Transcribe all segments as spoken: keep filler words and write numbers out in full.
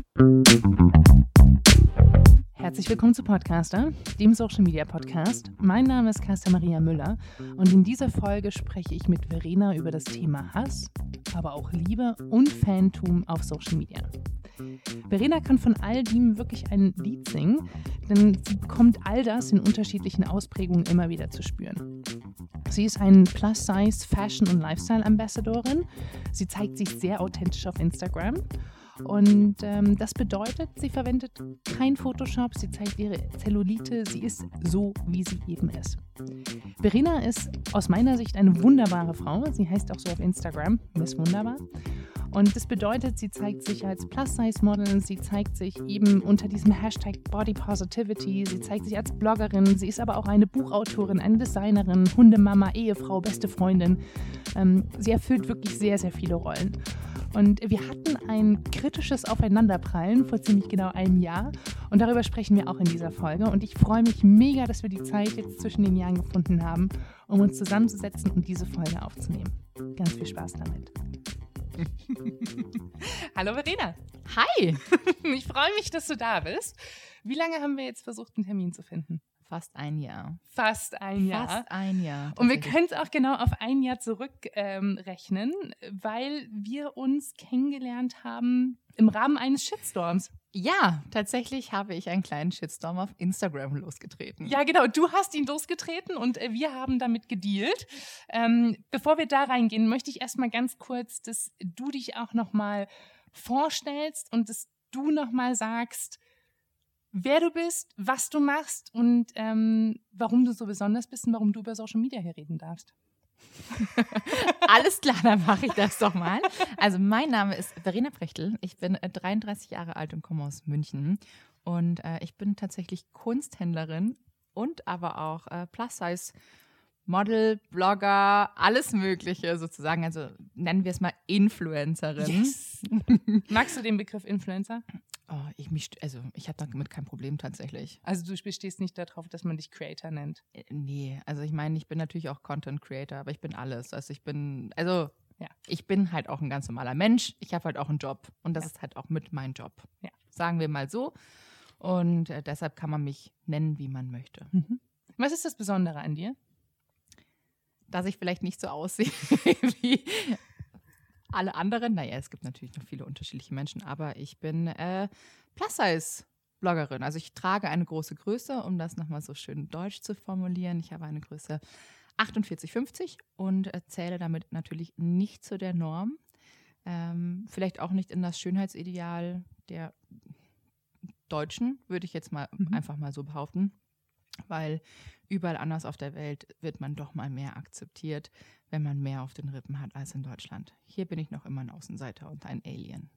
Herzlich willkommen zu Podcaster, dem Social Media Podcast. Mein Name ist Carsten Maria Müller und in dieser Folge spreche ich mit Verena über das Thema Hass, aber auch Liebe und Fantum auf Social Media. Verena kann von all dem wirklich ein Lied singen, denn sie bekommt all das in unterschiedlichen Ausprägungen immer wieder zu spüren. Sie ist ein Plus-Size Fashion- und Lifestyle-Ambassadorin. Sie zeigt sich sehr authentisch auf Instagram. Und ähm, das bedeutet, sie verwendet kein Photoshop, sie zeigt ihre Zellulite, sie ist so, wie sie eben ist. Verena ist aus meiner Sicht eine wunderbare Frau, sie heißt auch so auf Instagram, Miss Wunderbar. Und das bedeutet, sie zeigt sich als Plus-Size-Model, sie zeigt sich eben unter diesem Hashtag Body Positivity, sie zeigt sich als Bloggerin, sie ist aber auch eine Buchautorin, eine Designerin, Hundemama, Ehefrau, beste Freundin. Ähm, sie erfüllt wirklich sehr, sehr viele Rollen. Und wir hatten ein kritisches Aufeinanderprallen vor ziemlich genau einem Jahr und darüber sprechen wir auch in dieser Folge. Und ich freue mich mega, dass wir die Zeit jetzt zwischen den Jahren gefunden haben, um uns zusammenzusetzen und diese Folge aufzunehmen. Ganz viel Spaß damit. Hallo Verena. Hi. Ich freue mich, dass du da bist. Wie lange haben wir jetzt versucht, einen Termin zu finden? Fast ein Jahr. Fast ein Jahr. Fast ein Jahr. Und wir können es auch genau auf ein Jahr zurückrechnen, ähm, weil wir uns kennengelernt haben im Rahmen eines Shitstorms. Ja, tatsächlich habe ich einen kleinen Shitstorm auf Instagram losgetreten. Ja, genau. Du hast ihn losgetreten und äh, wir haben damit gedealt. Ähm, bevor wir da reingehen, möchte ich erstmal ganz kurz, dass du dich auch nochmal vorstellst und dass du nochmal sagst, wer du bist, was du machst und ähm, warum du so besonders bist und warum du über Social Media hier reden darfst. Alles klar, dann mache ich das doch mal. Also mein Name ist Verena Prechtel, ich bin äh, dreiunddreißig Jahre alt und komme aus München und äh, ich bin tatsächlich Kunsthändlerin und aber auch äh, Plus-Size Model, Blogger, alles Mögliche sozusagen, also nennen wir es mal Influencerin. Yes. Magst du den Begriff Influencer? Oh, ich mich, also ich habe damit kein Problem tatsächlich. Also du bestehst nicht darauf, dass man dich Creator nennt? Äh, nee, also ich meine, ich bin natürlich auch Content Creator, aber ich bin alles. Also ich bin, also ja, ich bin halt auch ein ganz normaler Mensch. Ich habe halt auch einen Job und das ja. ist halt auch mit meinem Job. Ja. Sagen wir mal so. Und äh, deshalb kann man mich nennen, wie man möchte. Mhm. Was ist das Besondere an dir? Dass ich vielleicht nicht so aussehe wie alle anderen. Naja, es gibt natürlich noch viele unterschiedliche Menschen, aber ich bin äh, Plus-Size-Bloggerin. Also ich trage eine große Größe, um das nochmal so schön deutsch zu formulieren. Ich habe eine Größe achtundvierzig fünfzig und äh, zähle damit natürlich nicht zu der Norm. Ähm, vielleicht auch nicht in das Schönheitsideal der Deutschen, würde ich jetzt mal mhm. einfach mal so behaupten. Weil überall anders auf der Welt wird man doch mal mehr akzeptiert, wenn man mehr auf den Rippen hat als in Deutschland. Hier bin ich noch immer ein Außenseiter und ein Alien.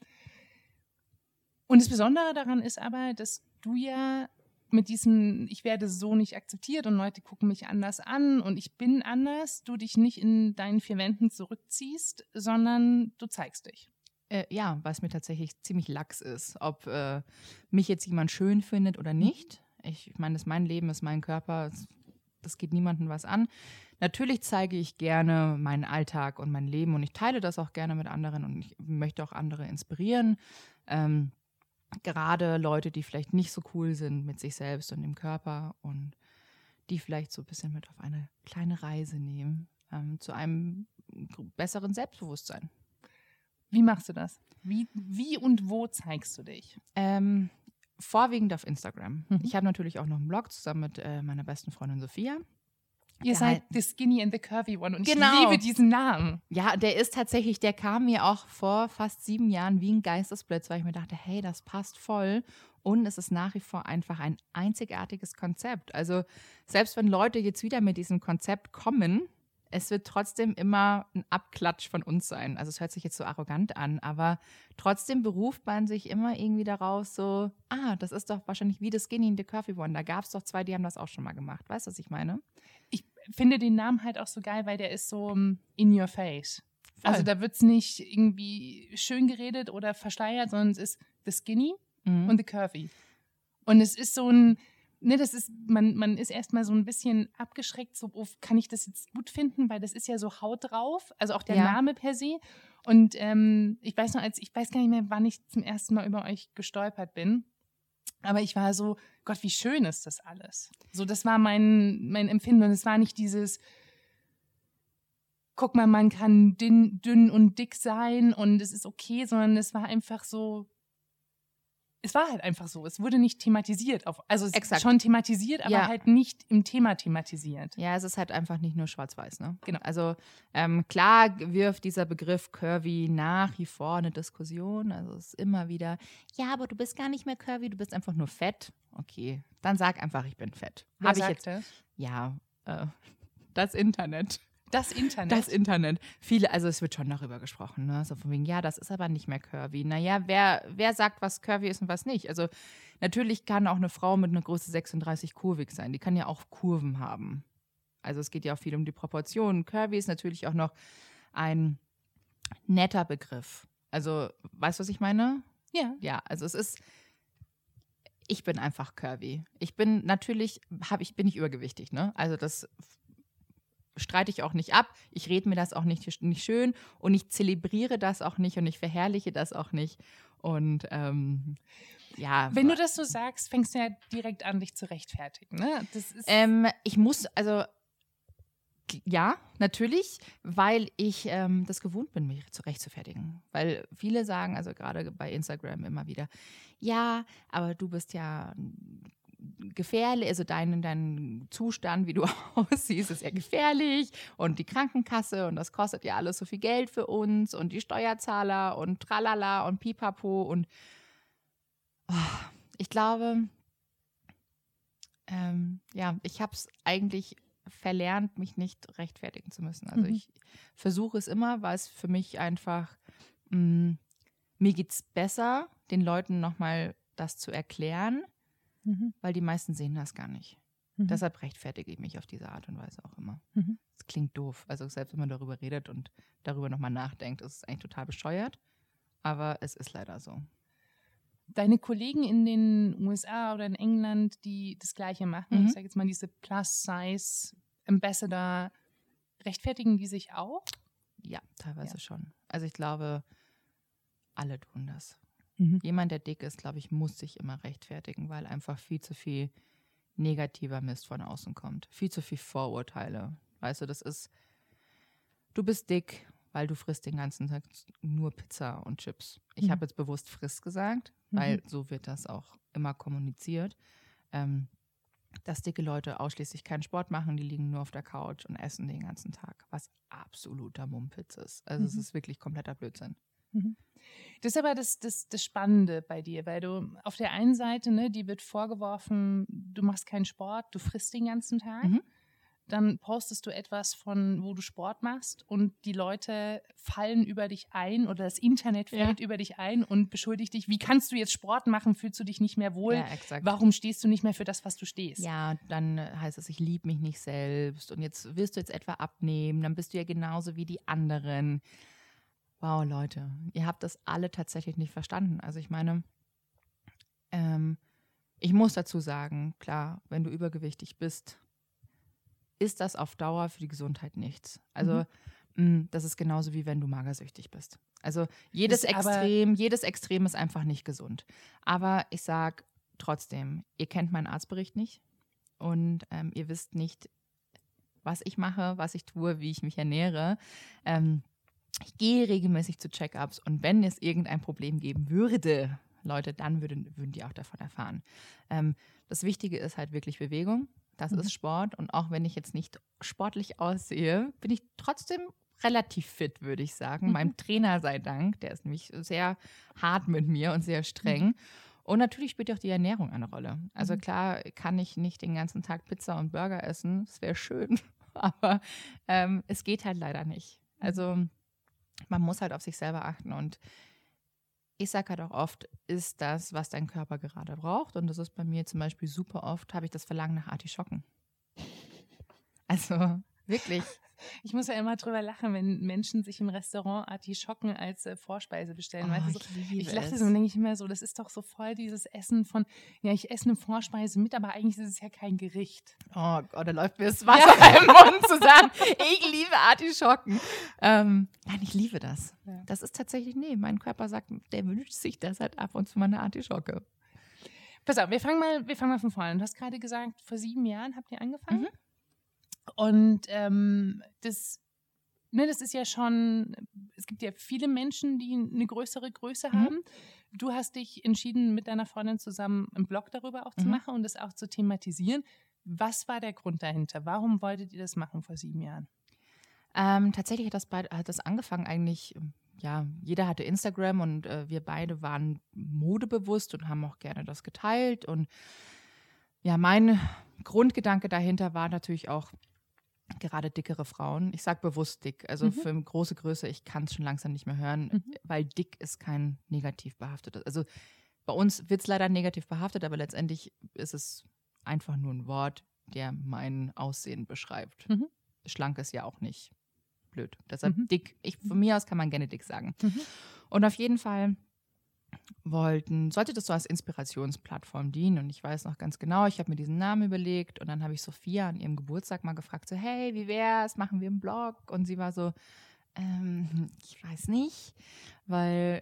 Und das Besondere daran ist aber, dass du ja mit diesem, ich werde so nicht akzeptiert und Leute gucken mich anders an und ich bin anders, du dich nicht in deinen vier Wänden zurückziehst, sondern du zeigst dich. Äh, ja, was mir tatsächlich ziemlich lax ist, ob äh, mich jetzt jemand schön findet oder nicht. Ich meine, das ist mein Leben, das ist mein Körper, das geht niemandem was an. Natürlich zeige ich gerne meinen Alltag und mein Leben und ich teile das auch gerne mit anderen und ich möchte auch andere inspirieren. Ähm, gerade Leute, die vielleicht nicht so cool sind mit sich selbst und dem Körper und die vielleicht so ein bisschen mit auf eine kleine Reise nehmen, ähm, zu einem besseren Selbstbewusstsein. Wie machst du das? Wie, wie und wo zeigst du dich? Ähm, Vorwiegend auf Instagram. Mhm. Ich habe natürlich auch noch einen Blog zusammen mit äh, meiner besten Freundin Sophia. Ihr seid the Skinny and the Curvy One und genau. Ich liebe diesen Namen. Ja, der ist tatsächlich, der kam mir auch vor fast sieben Jahren wie ein Geistesblitz, weil ich mir dachte, hey, das passt voll und es ist nach wie vor einfach ein einzigartiges Konzept. Also selbst wenn Leute jetzt wieder mit diesem Konzept kommen, es wird trotzdem immer ein Abklatsch von uns sein. Also es hört sich jetzt so arrogant an, aber trotzdem beruft man sich immer irgendwie darauf so, ah, das ist doch wahrscheinlich wie das Skinny and the Curvy One. Da gab es doch zwei, die haben das auch schon mal gemacht. Weißt du, was ich meine? Ich finde den Namen halt auch so geil, weil der ist so in your face. Voll. Also da wird es nicht irgendwie schön geredet oder verschleiert, sondern es ist the Skinny mhm. und the Curvy. Und es ist so ein ne, das ist, man, man ist erstmal so ein bisschen abgeschreckt, so, oh, kann ich das jetzt gut finden, weil das ist ja so Haut drauf, also auch der Ja. Name per se. Und ähm, ich weiß noch, als ich weiß gar nicht mehr, wann ich zum ersten Mal über euch gestolpert bin. Aber ich war so, Gott, wie schön ist das alles. So, das war mein, mein Empfinden. Und es war nicht dieses, guck mal, man kann dünn, dünn und dick sein und es ist okay, sondern es war einfach so, es war halt einfach so. Es wurde nicht thematisiert. Auf, also es Exakt. ist schon thematisiert, aber Ja. halt nicht im Thema thematisiert. Ja, es ist halt einfach nicht nur schwarz-weiß, ne? Genau. Also ähm, klar wirft dieser Begriff Curvy nach wie vor eine Diskussion. Also es ist immer wieder, ja, aber du bist gar nicht mehr curvy, du bist einfach nur fett. Okay, dann sag einfach, ich bin fett. Wer Hab ich sagt jetzt? das? Ja, äh, das Internet. Das Internet. Das Internet. Viele, also es wird schon darüber gesprochen, ne? So von wegen, ja, das ist aber nicht mehr curvy. Naja, wer, wer sagt, was curvy ist und was nicht? Also natürlich kann auch eine Frau mit einer Größe sechsunddreißig kurvig sein. Die kann ja auch Kurven haben. Also es geht ja auch viel um die Proportionen. Curvy ist natürlich auch noch ein netter Begriff. Also, weißt du, was ich meine? ja. Ja, also es ist, ich bin einfach curvy. Ich bin natürlich, hab ich, bin ich übergewichtig, ne? Also das streite ich auch nicht ab. Ich rede mir das auch nicht, nicht schön und ich zelebriere das auch nicht und ich verherrliche das auch nicht. Und ähm, ja. Wenn du das so sagst, fängst du ja direkt an, dich zu rechtfertigen. Ne? Das ist Ähm, ich muss, also ja, natürlich, weil ich ähm, das gewohnt bin, mich zu rechtfertigen. Weil viele sagen, also gerade bei Instagram immer wieder, ja, aber du bist ja gefährlich, also dein, dein Zustand, wie du aussiehst, ist ja gefährlich und die Krankenkasse und das kostet ja alles so viel Geld für uns und die Steuerzahler und tralala und pipapo und oh, ich glaube, ähm, ja, ich habe es eigentlich verlernt, mich nicht rechtfertigen zu müssen. Also Mhm. ich versuche es immer, weil es für mich einfach, mh, mir geht es besser, den Leuten nochmal das zu erklären, Mhm. weil die meisten sehen das gar nicht. Mhm. Deshalb rechtfertige ich mich auf diese Art und Weise auch immer. Mhm. Das klingt doof. Also selbst wenn man darüber redet und darüber nochmal nachdenkt, ist es eigentlich total bescheuert. Aber es ist leider so. Deine Kollegen in den U S A oder in England, die das Gleiche machen, Mhm. ich sage jetzt mal diese Plus-Size-Ambassador, rechtfertigen die sich auch? Ja, teilweise Ja. schon. Also ich glaube, alle tun das. Mhm. Jemand, der dick ist, glaube ich, muss sich immer rechtfertigen, weil einfach viel zu viel negativer Mist von außen kommt. Viel zu viel Vorurteile. Weißt du, das ist, du bist dick, weil du frisst den ganzen Tag nur Pizza und Chips. Ich Mhm. habe jetzt bewusst frisst gesagt, weil so wird das auch immer kommuniziert, ähm, dass dicke Leute ausschließlich keinen Sport machen, die liegen nur auf der Couch und essen den ganzen Tag, was absoluter Mumpitz ist. Also es Mhm. ist wirklich kompletter Blödsinn. Mhm. Das ist aber das, das, das Spannende bei dir, weil du auf der einen Seite, ne, die wird vorgeworfen, du machst keinen Sport, du frisst den ganzen Tag. Mhm. Dann postest du etwas von, wo du Sport machst und die Leute fallen über dich ein oder das Internet Ja. fällt über dich ein und beschuldigt dich, wie kannst du jetzt Sport machen, fühlst du dich nicht mehr wohl, Ja, exakt. warum stehst du nicht mehr für das, was du stehst? Ja, dann äh, heißt es, ich liebe mich nicht selbst und jetzt wirst du jetzt etwa abnehmen, dann bist du ja genauso wie die anderen. Wow, Leute, ihr habt das alle tatsächlich nicht verstanden. Also ich meine, ähm, ich muss dazu sagen, klar, wenn du übergewichtig bist, ist das auf Dauer für die Gesundheit nichts. Also mh, das ist genauso wie wenn du magersüchtig bist. Also jedes Ist aber- Extrem, jedes Extrem ist einfach nicht gesund. Aber ich sage trotzdem, ihr kennt meinen Arztbericht nicht und ähm, ihr wisst nicht, was ich mache, was ich tue, wie ich mich ernähre. Ähm, ich gehe regelmäßig zu Check-ups und wenn es irgendein Problem geben würde, Leute, dann würden, würden die auch davon erfahren. Ähm, das Wichtige ist halt wirklich Bewegung. Das Mhm. ist Sport. Und auch wenn ich jetzt nicht sportlich aussehe, bin ich trotzdem relativ fit, würde ich sagen. Mhm. Meinem Trainer sei Dank. Der ist nämlich sehr hart mit mir und sehr streng. Mhm. Und natürlich spielt auch die Ernährung eine Rolle. Also Mhm. klar kann ich nicht den ganzen Tag Pizza und Burger essen. Das wäre schön. Aber ähm, es geht halt leider nicht. Also man muss halt auf sich selber achten. Und ich sage halt auch oft, ist das, was dein Körper gerade braucht. Und das ist bei mir zum Beispiel super oft, habe ich das Verlangen nach Artischocken. Also Wirklich. Ich muss ja immer drüber lachen, wenn Menschen sich im Restaurant Artischocken als äh, Vorspeise bestellen. Oh, weißt du, so, ich liebe ich lache es. so und denke ich immer so, das ist doch so voll dieses Essen von, ja, ich esse eine Vorspeise mit, aber eigentlich ist es ja kein Gericht. Oh Gott, da läuft mir das Wasser ja. im Mund zusammen. Ich liebe Artischocken. Ähm, nein, ich liebe das. Ja. Das ist tatsächlich, nee, mein Körper sagt, der wünscht sich das halt ab und zu mal eine Artischocke. Pass auf, wir fangen mal, wir fangen mal von vorne. Du hast gerade gesagt, vor sieben Jahren habt ihr angefangen. Mhm. Und ähm, das, ne, das ist ja schon, es gibt ja viele Menschen, die eine größere Größe haben. Mhm. Du hast dich entschieden, mit deiner Freundin zusammen einen Blog darüber auch mhm. zu machen und das auch zu thematisieren. Was war der Grund dahinter? Warum wolltet ihr das machen vor sieben Jahren? Ähm, tatsächlich hat das, beid, hat das angefangen eigentlich, ja, jeder hatte Instagram und äh, wir beide waren modebewusst und haben auch gerne das geteilt. Und ja, mein Grundgedanke dahinter war natürlich auch, gerade dickere Frauen. Ich sage bewusst dick. Also mhm. für eine große Größe, ich kann es schon langsam nicht mehr hören, mhm. weil dick ist kein negativ behaftetes. Also bei uns wird es leider negativ behaftet, aber letztendlich ist es einfach nur ein Wort, der mein Aussehen beschreibt. Mhm. Schlank ist ja auch nicht blöd. Deshalb mhm. dick. Ich, von mir aus kann man gerne dick sagen. Mhm. Und auf jeden Fall wollten, sollte das so als Inspirationsplattform dienen. Und ich weiß noch ganz genau, ich habe mir diesen Namen überlegt und dann habe ich Sophia an ihrem Geburtstag mal gefragt, so, hey, wie wär's, machen wir einen Blog? Und sie war so, ähm, ich weiß nicht, weil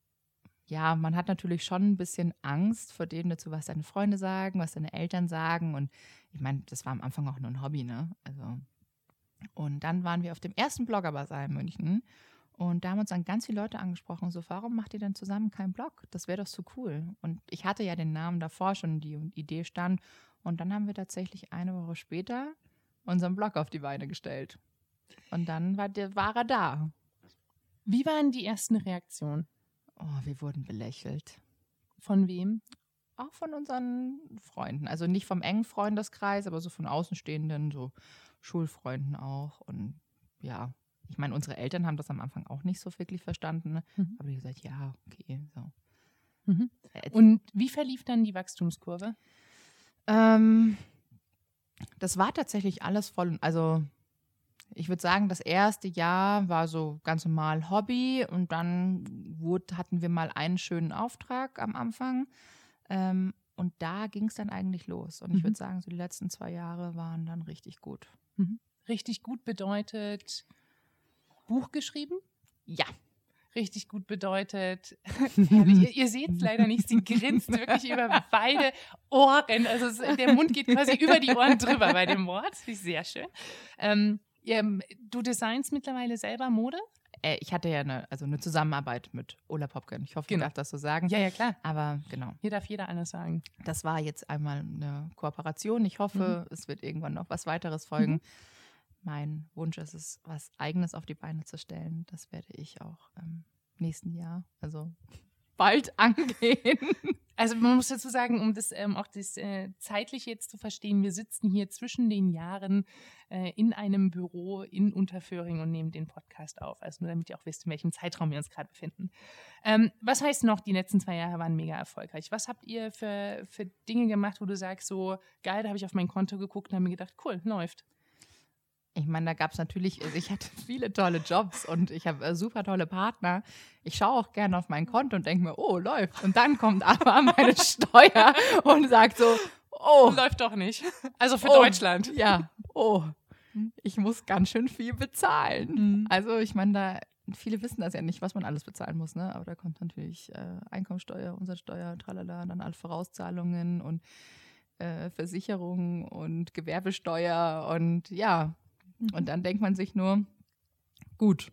ja, man hat natürlich schon ein bisschen Angst vor dem dazu, was deine Freunde sagen, was deine Eltern sagen. Und ich meine, das war am Anfang auch nur ein Hobby, ne? Also, und dann waren wir auf dem ersten Blogger-Basar in München. Und da haben uns dann ganz viele Leute angesprochen, so, warum macht ihr denn zusammen keinen Blog? Das wäre doch so cool. Und ich hatte ja den Namen davor schon, die Idee stand. Und dann haben wir tatsächlich eine Woche später unseren Blog auf die Beine gestellt. Und dann war, der, war er da. Wie waren die ersten Reaktionen? Oh, wir wurden belächelt. Von wem? Auch von unseren Freunden. Also nicht vom engen Freundeskreis, aber so von Außenstehenden, so Schulfreunden auch. Und ja, ich meine, unsere Eltern haben das am Anfang auch nicht so wirklich verstanden. Ne? Mhm. Aber die haben gesagt, ja, okay. So. Mhm. Und wie verlief dann die Wachstumskurve? Ähm, das war tatsächlich alles voll. Also ich würde sagen, das erste Jahr war so ganz normal Hobby und dann wurde, hatten wir mal einen schönen Auftrag am Anfang. Ähm, und da ging es dann eigentlich los. Und mhm. ich würde sagen, so die letzten zwei Jahre waren dann richtig gut. Mhm. Richtig gut bedeutet Buch geschrieben? Ja. Richtig gut bedeutet, ihr, ihr seht es leider nicht, sie grinst wirklich über beide Ohren. Also es, der Mund geht quasi über die Ohren drüber bei dem Wort. Das ist sehr schön. Ähm, ja, du designst mittlerweile selber Mode? Äh, ich hatte ja eine, also eine Zusammenarbeit mit Ola Popken. Ich hoffe, genau. ich darf das so sagen. Ja, ja, klar. Aber genau. Hier darf jeder alles sagen. Das war jetzt einmal eine Kooperation. Ich hoffe, mhm. es wird irgendwann noch was weiteres folgen. Mhm. Mein Wunsch ist es, was Eigenes auf die Beine zu stellen. Das werde ich auch im nächsten Jahr, also bald angehen. Also man muss dazu sagen, um das ähm, auch das äh, Zeitliche jetzt zu verstehen, wir sitzen hier zwischen den Jahren äh, in einem Büro in Unterföhring und nehmen den Podcast auf. Also nur damit ihr auch wisst, in welchem Zeitraum wir uns gerade befinden. Ähm, was heißt noch, die letzten zwei Jahre waren mega erfolgreich? Was habt ihr für, für Dinge gemacht, wo du sagst, so geil, da habe ich auf mein Konto geguckt und habe mir gedacht, cool, läuft. Ich meine, da gab es natürlich, also ich hatte viele tolle Jobs und ich habe äh, super tolle Partner. Ich schaue auch gerne auf mein Konto und denke mir, oh, läuft. Und dann kommt aber meine Steuer und sagt so, oh. Läuft doch nicht. Also für oh, Deutschland. Ja, oh, ich muss ganz schön viel bezahlen. Mhm. Also ich meine, da viele wissen das ja nicht, was man alles bezahlen muss, ne? Aber da kommt natürlich äh, Einkommensteuer, Umsatzsteuer, tralala, dann alle Vorauszahlungen und äh, Versicherungen und Gewerbesteuer und ja. Und dann denkt man sich nur, gut,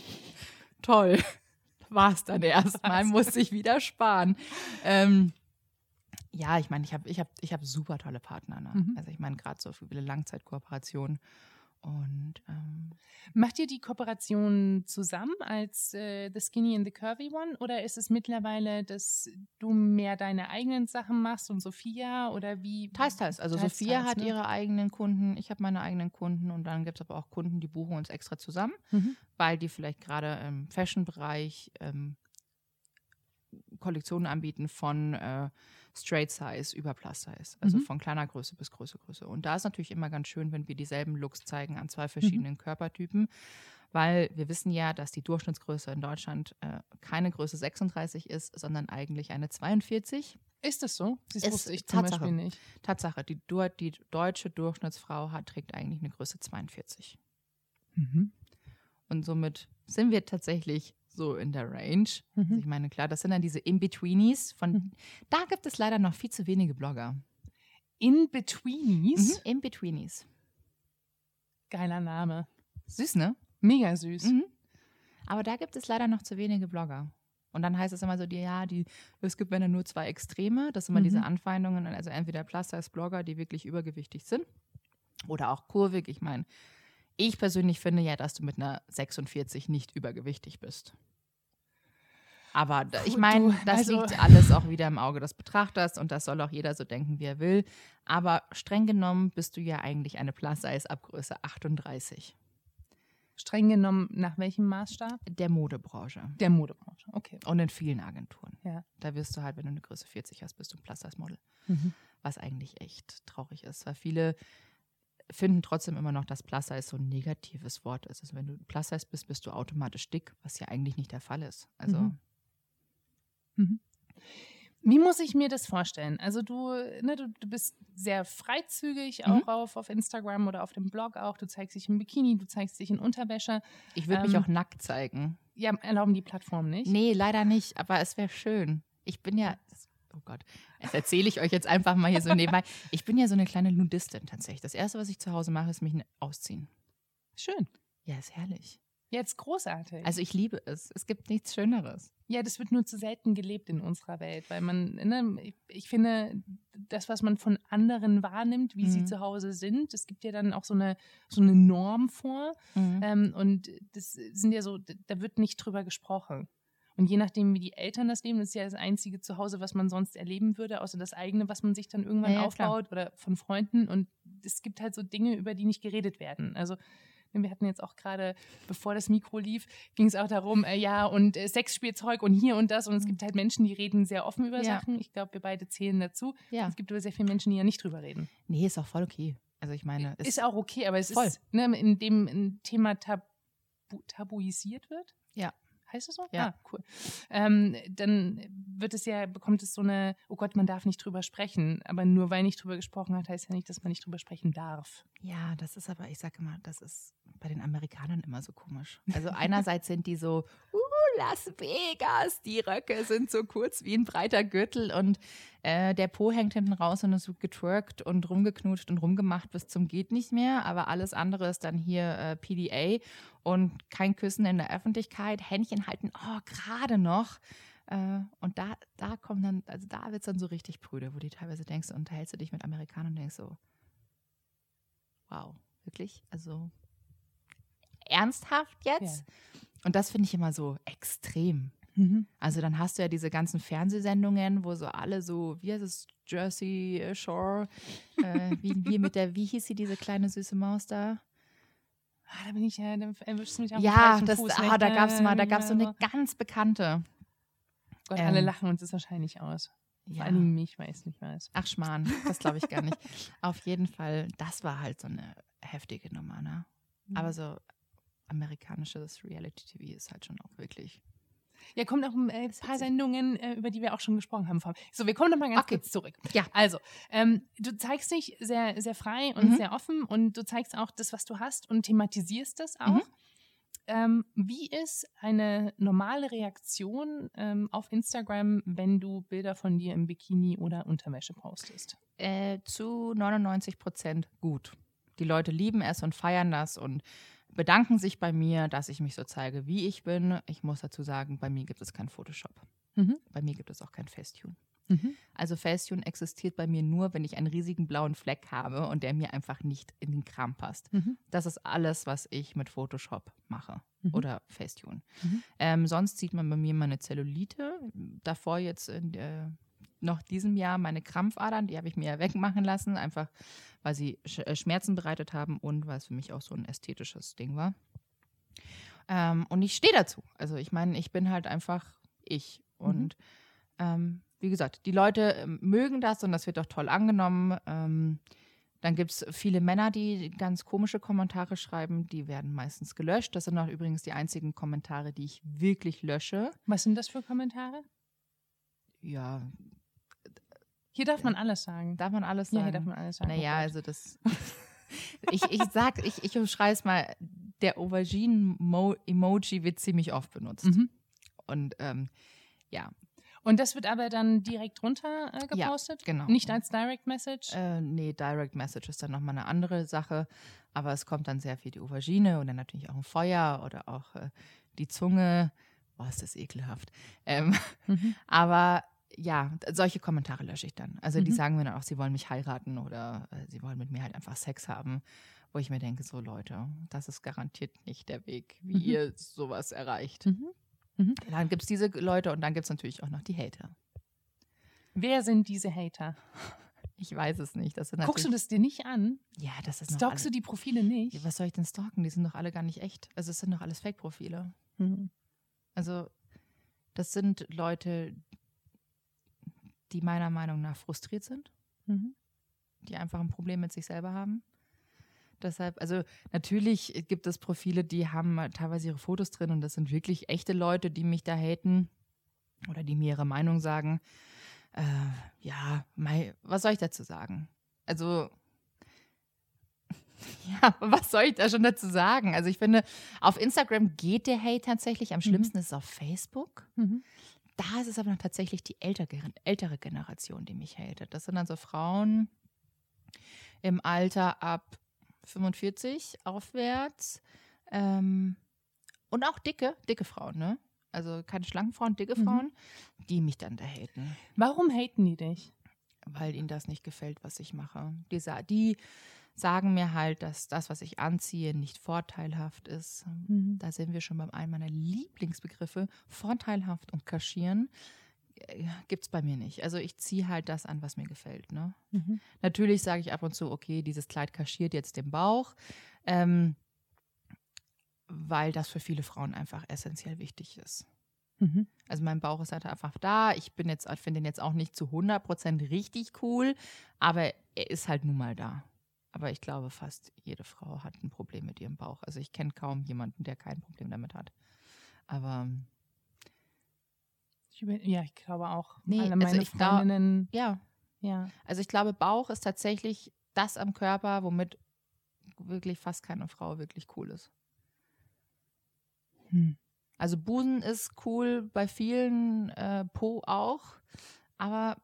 toll, war es dann erstmal, muss ich wieder sparen. Ähm, ja, ich meine, ich habe ich hab, ich hab super tolle Partner. Ne? Mhm. Also ich meine, gerade so viele Langzeitkooperationen. Und ähm, macht ihr die Kooperation zusammen als äh, The Skinny and the Curvy One oder ist es mittlerweile, dass du mehr deine eigenen Sachen machst und Sophia oder wie? Teils, teils. Also teils, Sophia teils, hat ne? ihre eigenen Kunden, ich habe meine eigenen Kunden und dann gibt es aber auch Kunden, die buchen uns extra zusammen, mhm. weil die vielleicht gerade im Fashion-Bereich ähm, Kollektionen anbieten von äh, Straight Size über Plus Size. Also Mhm. von kleiner Größe bis größer Größe. Und da ist natürlich immer ganz schön, wenn wir dieselben Looks zeigen an zwei verschiedenen mhm. Körpertypen. Weil wir wissen ja, dass die Durchschnittsgröße in Deutschland äh, keine Größe sechsunddreißig ist, sondern eigentlich eine zweiundvierzig. Ist das so? Das ist wusste ich zum Tatsache. Beispiel nicht. Tatsache, die, die deutsche Durchschnittsfrau hat, trägt eigentlich eine Größe zweiundvierzig. Mhm. Und somit sind wir tatsächlich so in der Range. Mhm. Also ich meine, klar, das sind dann diese In-Betweenies. Von, mhm. Da gibt es leider noch viel zu wenige Blogger. In-Betweenies? Mhm. In-Betweenies. Geiler Name. Süß, ne? Mega süß. Mhm. Aber da gibt es leider noch zu wenige Blogger. Und dann heißt es immer so, die, ja, die, es gibt wenn dann nur zwei Extreme. Das sind immer mhm. diese Anfeindungen. Also entweder Plus-Size-Blogger, die wirklich übergewichtig sind, oder auch kurvig. Ich meine, ich persönlich finde ja, dass du mit einer sechsundvierzig nicht übergewichtig bist. Aber Puh, ich meine, das also liegt alles auch wieder im Auge des Betrachters und das soll auch jeder so denken, wie er will. Aber streng genommen bist du ja eigentlich eine Plus-Size ab Größe achtunddreißig. Streng genommen nach welchem Maßstab? Der Modebranche. Der Modebranche, okay. Und in vielen Agenturen. Ja. Da wirst du halt, wenn du eine Größe vierzig hast, bist du ein Plus-Size-Model. Mhm. Was eigentlich echt traurig ist, weil viele finden trotzdem immer noch, dass Plus-Size so ein negatives Wort ist. Also wenn du Plus-Size bist, bist du automatisch dick, was ja eigentlich nicht der Fall ist. Also mhm. Mhm. Wie muss ich mir das vorstellen? Also du, ne, du, du bist sehr freizügig auch mhm. auf, auf Instagram oder auf dem Blog auch. Du zeigst dich im Bikini, du zeigst dich in Unterwäsche. Ich würde ähm, mich auch nackt zeigen. Ja, erlauben die Plattformen nicht? Nee, leider nicht, aber es wäre schön. Ich bin ja, oh Gott, das erzähle ich euch jetzt einfach mal hier so nebenbei. Ich bin ja so eine kleine Nudistin tatsächlich. Das Erste, was ich zu Hause mache, ist mich ausziehen. Schön. Ja, ist herrlich. Jetzt großartig. Also ich liebe es. Es gibt nichts Schöneres. Ja, das wird nur zu selten gelebt in unserer Welt, weil man, ne, ich, ich finde, das, was man von anderen wahrnimmt, wie mhm. sie zu Hause sind, es gibt ja dann auch so eine, so eine Norm vor mhm. ähm, und das sind ja so, da wird nicht drüber gesprochen. Und je nachdem, wie die Eltern das leben, das ist ja das einzige Zuhause, was man sonst erleben würde, außer das eigene, was man sich dann irgendwann ja, ja, aufbaut klar. Oder von Freunden. Und es gibt halt so Dinge, über die nicht geredet werden. Also wir hatten jetzt auch gerade, bevor das Mikro lief, ging es auch darum, äh, ja, und äh, Sexspielzeug und hier und das. Und es gibt halt Menschen, die reden sehr offen über ja. Sachen. Ich glaube, wir beide zählen dazu. Ja. Es gibt aber sehr viele Menschen, die ja nicht drüber reden. Nee, ist auch voll okay. Also ich meine, ist, ist auch okay, aber es voll. ist, ne, in dem ein Thema tabu, tabuisiert wird. Ja. Heißt das so? Ja. Ah, cool. Ähm, dann wird es ja, bekommt es so eine, oh Gott, man darf nicht drüber sprechen. Aber nur weil nicht drüber gesprochen hat, heißt ja nicht, dass man nicht drüber sprechen darf. Ja, das ist aber, ich sage immer, das ist bei den Amerikanern immer so komisch. Also einerseits sind die so, uh, Las Vegas, die Röcke sind so kurz wie ein breiter Gürtel und äh, der Po hängt hinten raus und es wird getwerkt und rumgeknutscht und rumgemacht bis zum geht nicht mehr. Aber alles andere ist dann hier äh, P D A und kein Küssen in der Öffentlichkeit, Händchen halten, oh, gerade noch. Äh, und da, da kommt dann, also da wird es dann so richtig prüde, wo du teilweise denkst, unterhältst du dich mit Amerikanern und denkst so, wow, wirklich? Also ernsthaft jetzt? Ja. Und das finde ich immer so extrem. Mhm. Also dann hast du ja diese ganzen Fernsehsendungen, wo so alle so, wie heißt es, Jersey Shore, äh, wie, wie mit der, wie hieß sie, diese kleine süße Maus da? Ah, da bin ich ja, da erwischst du mich auf ja, den das, Fuß. Ah, da gab es mal, da gab es so eine ganz bekannte. Gott, ähm, alle lachen uns das wahrscheinlich aus. Ja. Vor allem mich, weil ich es nicht weiß. Ach Schmarrn, das glaube ich gar nicht. Auf jeden Fall, das war halt so eine heftige Nummer, ne? Mhm. Aber so amerikanisches Reality-T V ist halt schon auch wirklich. Ja, kommt auch ein äh, paar Sendungen, äh, über die wir auch schon gesprochen haben. So, wir kommen noch mal ganz okay. kurz zurück. Ja. Also, ähm, du zeigst dich sehr, sehr frei und mhm. sehr offen und du zeigst auch das, was du hast und thematisierst das auch. Mhm. Ähm, wie ist eine normale Reaktion ähm, auf Instagram, wenn du Bilder von dir im Bikini oder Unterwäsche postest? Äh, zu neunundneunzig Prozent gut. Die Leute lieben es und feiern das und bedanken sich bei mir, dass ich mich so zeige, wie ich bin. Ich muss dazu sagen, bei mir gibt es kein Photoshop. Mhm. Bei mir gibt es auch kein Facetune. Mhm. Also Facetune existiert bei mir nur, wenn ich einen riesigen blauen Fleck habe und der mir einfach nicht in den Kram passt. Mhm. Das ist alles, was ich mit Photoshop mache mhm. oder Facetune. Mhm. Ähm, sonst sieht man bei mir meine Zellulite. Davor jetzt in äh, noch diesem Jahr meine Krampfadern, die habe ich mir ja wegmachen lassen, einfach weil sie Sch- Schmerzen bereitet haben und weil es für mich auch so ein ästhetisches Ding war. Ähm, und ich stehe dazu. Also ich meine, ich bin halt einfach ich. Und mhm. ähm, wie gesagt, die Leute ähm, mögen das und das wird auch toll angenommen. Ähm, dann gibt es viele Männer, die ganz komische Kommentare schreiben, die werden meistens gelöscht. Das sind auch übrigens die einzigen Kommentare, die ich wirklich lösche. Was sind das für Kommentare? Ja, Hier darf man alles sagen. darf man alles Ja, sagen? hier darf man alles sagen. Naja, Oh Gott. also das. ich, ich sag, ich, ich umschreibe es mal, der Auberginen-Emoji wird ziemlich oft benutzt. Mhm. Und ähm, ja. Und das wird aber dann direkt runter äh, gepostet? Ja, genau. Nicht als Direct Message? Äh, nee, Direct Message ist dann nochmal eine andere Sache. Aber es kommt dann sehr viel die Aubergine und dann natürlich auch ein Feuer oder auch äh, die Zunge. Boah, ist das ekelhaft. Ähm, Mhm. aber ja, solche Kommentare lösche ich dann. Also die Mhm. sagen mir dann auch, sie wollen mich heiraten oder äh, sie wollen mit mir halt einfach Sex haben. Wo ich mir denke, so Leute, das ist garantiert nicht der Weg, wie Mhm. ihr sowas erreicht. Mhm. Mhm. Dann gibt es diese Leute und dann gibt es natürlich auch noch die Hater. Wer sind diese Hater? Ich weiß es nicht. Das sind Guckst du natürlich- das dir nicht an? Ja, das ist noch Stalkst alle, du die Profile nicht? Ja, was soll ich denn stalken? Die sind doch alle gar nicht echt. Also es sind doch alles Fake-Profile. Mhm. Also das sind Leute, die meiner Meinung nach frustriert sind, Mhm. die einfach ein Problem mit sich selber haben. Deshalb, also natürlich gibt es Profile, die haben teilweise ihre Fotos drin und das sind wirklich echte Leute, die mich da haten oder die mir ihre Meinung sagen. Äh, ja, mei, was soll ich dazu sagen? Also, ja, was soll ich da schon dazu sagen? Also ich finde, auf Instagram geht der Hate tatsächlich. Am schlimmsten ist es auf Facebook. Mhm. Da ist es aber noch tatsächlich die ältere, ältere Generation, die mich hatet. Das sind dann so Frauen im Alter ab fünfundvierzig aufwärts. Ähm, und auch dicke, dicke Frauen, ne? Also keine schlanken Frauen, dicke Mhm. Frauen, die mich dann da haten. Warum haten die dich? Weil ihnen das nicht gefällt, was ich mache. Die, sa- die sagen mir halt, dass das, was ich anziehe, nicht vorteilhaft ist. Mhm. Da sind wir schon beim einen meiner Lieblingsbegriffe. Vorteilhaft und kaschieren gibt es bei mir nicht. Also ich ziehe halt das an, was mir gefällt. Ne? Mhm. Natürlich sage ich ab und zu, okay, dieses Kleid kaschiert jetzt den Bauch, ähm, weil das für viele Frauen einfach essentiell wichtig ist. Mhm. Also mein Bauch ist halt einfach da. Ich bin jetzt, finde ihn jetzt auch nicht zu hundert Prozent richtig cool, aber er ist halt nun mal da. Aber ich glaube, fast jede Frau hat ein Problem mit ihrem Bauch. Also ich kenne kaum jemanden, der kein Problem damit hat. Aber Ich über- Ja, ich glaube auch. Nee, Alle also meine ich glaub- Freundinnen. ja, Ja. also ich glaube, Bauch ist tatsächlich das am Körper, womit wirklich fast keine Frau wirklich cool ist. Hm. Also Busen ist cool bei vielen, äh, Po auch, aber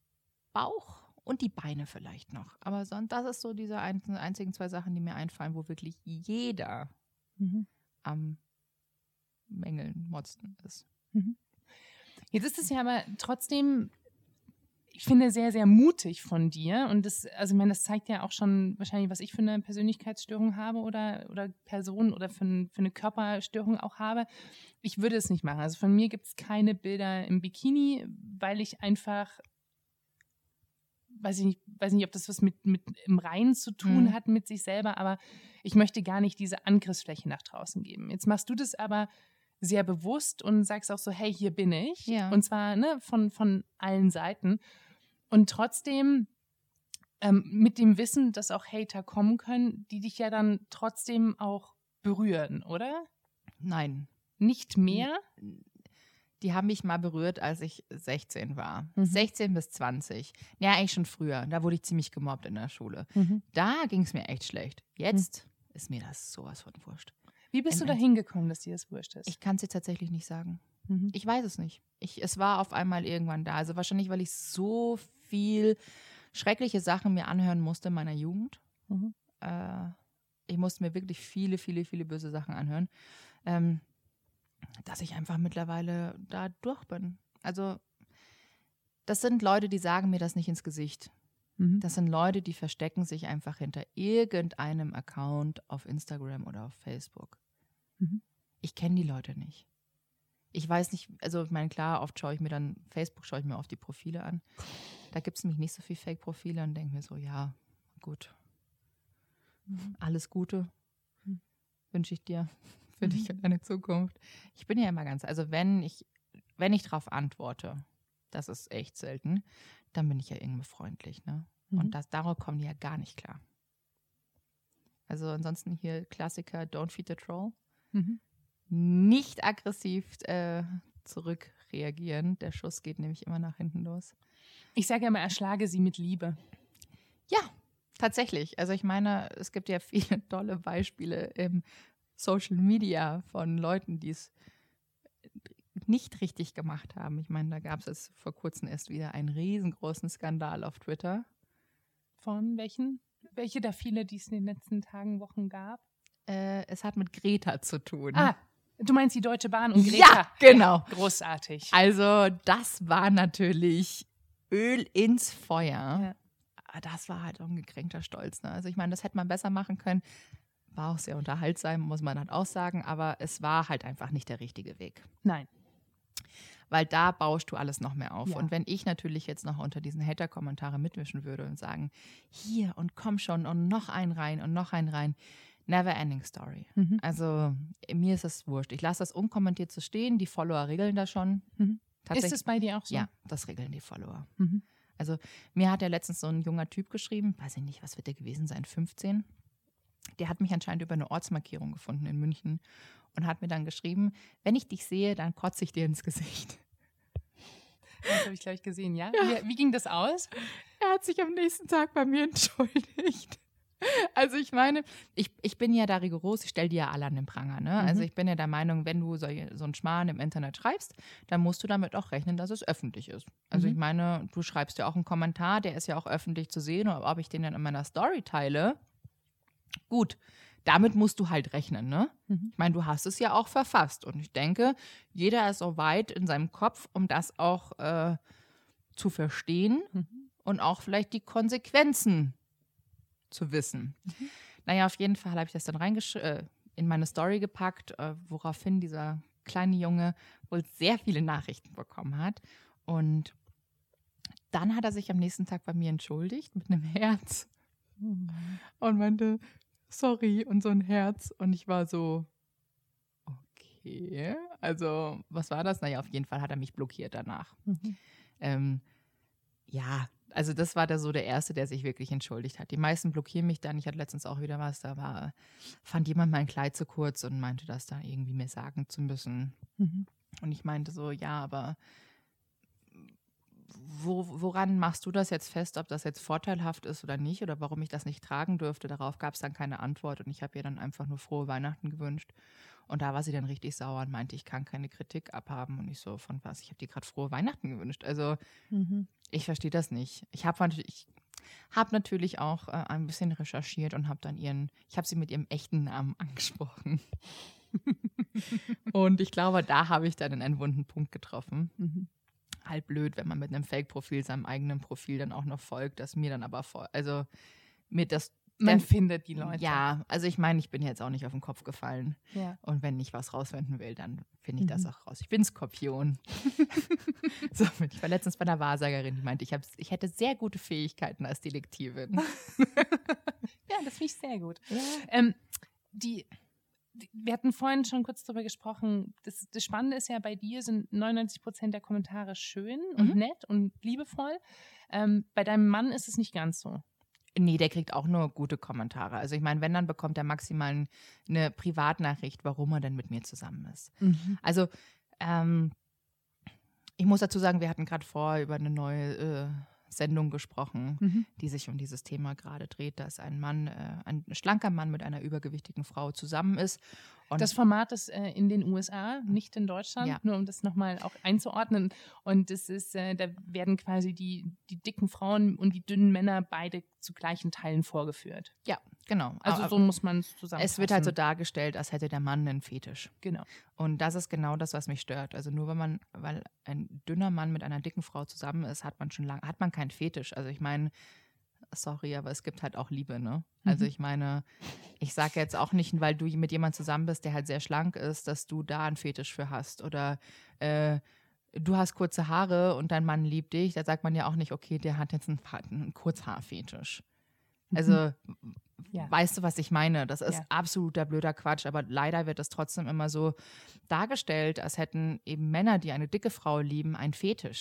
Bauch und die Beine vielleicht noch. Aber sonst, das ist so diese ein, einzigen zwei Sachen, die mir einfallen, wo wirklich jeder Mhm. am Mängeln, Motzen ist. Jetzt ist es ja aber trotzdem, ich finde, sehr, sehr mutig von dir. Und das, also ich meine, das zeigt ja auch schon wahrscheinlich, was ich für eine Persönlichkeitsstörung habe oder, oder Person oder für, ein, für eine Körperstörung auch habe. Ich würde es nicht machen. Also von mir gibt es keine Bilder im Bikini, weil ich einfach, weiß ich nicht, weiß nicht, ob das was mit, mit im Reinen zu tun Mhm. hat mit sich selber, aber ich möchte gar nicht diese Angriffsfläche nach draußen geben. Jetzt machst du das aber sehr bewusst und sagst auch so, hey, hier bin ich. Ja. Und zwar ne, von, von allen Seiten. Und trotzdem ähm, mit dem Wissen, dass auch Hater kommen können, die dich ja dann trotzdem auch berühren, oder? Nein, Nicht mehr? die haben mich mal berührt, als ich sechzehn war. Mhm. sechzehn bis zwanzig. Ja, eigentlich schon früher. Da wurde ich ziemlich gemobbt in der Schule. Mhm. Da ging es mir echt schlecht. Jetzt ist mir das sowas von wurscht. Wie bist Im du da Ernst? hingekommen, dass dir das wurscht ist? Ich kann es dir tatsächlich nicht sagen. Mhm. Ich weiß es nicht. Ich, es war auf einmal irgendwann da. Also wahrscheinlich, weil ich so viel schreckliche Sachen mir anhören musste in meiner Jugend. Mhm. Äh, ich musste mir wirklich viele, viele, viele böse Sachen anhören, ähm, dass ich einfach mittlerweile da durch bin. Also das sind Leute, die sagen mir das nicht ins Gesicht. Mhm. Das sind Leute, die verstecken sich einfach hinter irgendeinem Account auf Instagram oder auf Facebook. Mhm. Ich kenne die Leute nicht. Ich weiß nicht, also ich meine, klar, oft schaue ich mir dann, Facebook schaue ich mir oft die Profile an. Da gibt es nämlich nicht so viele Fake-Profile und denke mir so, ja, gut. Mhm. Alles Gute Mhm. wünsche ich dir für Mhm. dich und deine Zukunft. Ich bin ja immer ganz, also wenn ich, wenn ich darauf antworte, das ist echt selten, dann bin ich ja irgendwie freundlich, ne? Mhm. Und das, darauf kommen die ja gar nicht klar. Also ansonsten hier Klassiker, don't feed the troll. Mhm. Nicht aggressiv äh, zurückreagieren. Der Schuss geht nämlich immer nach hinten los. Ich sage ja immer, erschlage sie mit Liebe. Ja, tatsächlich. Also ich meine, es gibt ja viele tolle Beispiele im Social Media von Leuten, die es nicht richtig gemacht haben. Ich meine, da gab es jetzt vor kurzem erst wieder einen riesengroßen Skandal auf Twitter. Von welchen? Welche der viele, die es in den letzten Tagen, Wochen gab? Äh, es hat mit Greta zu tun. Ah, du meinst die Deutsche Bahn und Greta? Ja, genau. Großartig. Also das war natürlich Öl ins Feuer. Ja. Aber das war halt auch ein gekränkter Stolz. Ne? Also ich meine, das hätte man besser machen können. War auch sehr unterhaltsam, muss man halt auch sagen. Aber es war halt einfach nicht der richtige Weg. Nein. Weil da baust du alles noch mehr auf. Ja. Und wenn ich natürlich jetzt noch unter diesen Hater-Kommentare mitmischen würde und sagen, hier und komm schon und noch einen rein und noch einen rein, never ending story. Mhm. Also mir ist es wurscht. Ich lasse das unkommentiert so stehen. Die Follower regeln das schon. Mhm. Tatsächlich. Ist es bei dir auch so? Ja, das regeln die Follower. Mhm. Also mir hat ja letztens so ein junger Typ geschrieben, weiß ich nicht, was wird der gewesen sein, fünfzehn. Der hat mich anscheinend über eine Ortsmarkierung gefunden in München und hat mir dann geschrieben, wenn ich dich sehe, dann kotze ich dir ins Gesicht. Das habe ich gleich gesehen, ja? ja. Wie, wie ging das aus? Er hat sich am nächsten Tag bei mir entschuldigt. Also ich meine, ich, ich bin ja da rigoros, ich stelle die ja alle an den Pranger. Ne? Mhm. Also ich bin ja der Meinung, wenn du so, so einen Schmarrn im Internet schreibst, dann musst du damit auch rechnen, dass es öffentlich ist. Also Mhm. ich meine, du schreibst ja auch einen Kommentar, der ist ja auch öffentlich zu sehen, und ob ich den dann in meiner Story teile, gut, damit musst du halt rechnen. Ne? Mhm. Ich meine, du hast es ja auch verfasst und ich denke, jeder ist so weit in seinem Kopf, um das auch äh, zu verstehen Mhm. und auch vielleicht die Konsequenzen zu wissen. Mhm. Naja, auf jeden Fall habe ich das dann reingesch- äh, in meine Story gepackt, äh, woraufhin dieser kleine Junge wohl sehr viele Nachrichten bekommen hat. Und dann hat er sich am nächsten Tag bei mir entschuldigt mit einem Herz Mhm. und meinte, sorry, und so ein Herz. Und ich war so, okay, also was war das? Naja, auf jeden Fall hat er mich blockiert danach. Mhm. Ähm, ja, also das war da so der Erste, der sich wirklich entschuldigt hat. Die meisten blockieren mich dann. Ich hatte letztens auch wieder was, da war, fand jemand mein Kleid zu kurz und meinte das dann irgendwie mir sagen zu müssen. Mhm. Und ich meinte so, ja, aber wo, woran machst du das jetzt fest, ob das jetzt vorteilhaft ist oder nicht oder warum ich das nicht tragen dürfte? Darauf gab es dann keine Antwort und ich habe ihr dann einfach nur frohe Weihnachten gewünscht. Und da war sie dann richtig sauer und meinte, ich kann keine Kritik abhaben. Und ich so, von was? Ich habe dir gerade frohe Weihnachten gewünscht. Also Mhm. ich verstehe das nicht. Ich habe natürlich, hab natürlich auch äh, ein bisschen recherchiert und habe dann ihren, ich habe sie mit ihrem echten Namen angesprochen. Und ich glaube, da habe ich dann einen wunden Punkt getroffen. Mhm. Halt blöd, wenn man mit einem Fake-Profil seinem eigenen Profil dann auch noch folgt, das mir dann aber folgt. Also mir das. Man der, findet die Leute. Ja, also ich meine, ich bin jetzt auch nicht auf den Kopf gefallen. Ja. Und wenn ich was rausfinden will, dann finde ich Mhm. das auch raus. Ich bin Skorpion. So, ich war letztens bei einer Wahrsagerin, die meinte, ich, hab, ich hätte sehr gute Fähigkeiten als Detektivin. Ja, das finde ich sehr gut. Ja. Ähm, die, die, wir hatten vorhin schon kurz darüber gesprochen, das, das Spannende ist ja, bei dir sind neunundneunzig Prozent der Kommentare schön und Mhm. nett und liebevoll. Ähm, bei deinem Mann ist es nicht ganz so. Nee, der kriegt auch nur gute Kommentare. Also ich meine, wenn, dann bekommt er maximal eine Privatnachricht, warum er denn mit mir zusammen ist. Mhm. Also ähm, ich muss dazu sagen, wir hatten gerade vor über eine neue äh, Sendung gesprochen, Mhm. die sich um dieses Thema gerade dreht, dass ein Mann, äh, ein schlanker Mann mit einer übergewichtigen Frau zusammen ist. Und Das Format ist äh, in den U S A, nicht in Deutschland, Ja. nur um das nochmal auch einzuordnen. Und das ist, äh, da werden quasi die, die dicken Frauen und die dünnen Männer beide zu gleichen Teilen vorgeführt. ja, genau. Also Aber so muss man es zusammenfassen. es wird halt so dargestellt, als hätte der Mann einen Fetisch. Genau. Und das ist genau das, was mich stört. Also nur wenn man, weil ein dünner Mann mit einer dicken Frau zusammen ist, hat man schon lange, hat man keinen Fetisch. Also ich meine, sorry, aber es gibt halt auch Liebe, ne? Also Mhm. ich meine, ich sage jetzt auch nicht, weil du mit jemandem zusammen bist, der halt sehr schlank ist, dass du da einen Fetisch für hast. Oder äh, du hast kurze Haare und dein Mann liebt dich. Da sagt man ja auch nicht, okay, der hat jetzt einen, einen Kurzhaarfetisch. Also Ja. weißt du, was ich meine? Das ist Ja. absoluter blöder Quatsch, aber leider wird das trotzdem immer so dargestellt, als hätten eben Männer, die eine dicke Frau lieben, einen Fetisch.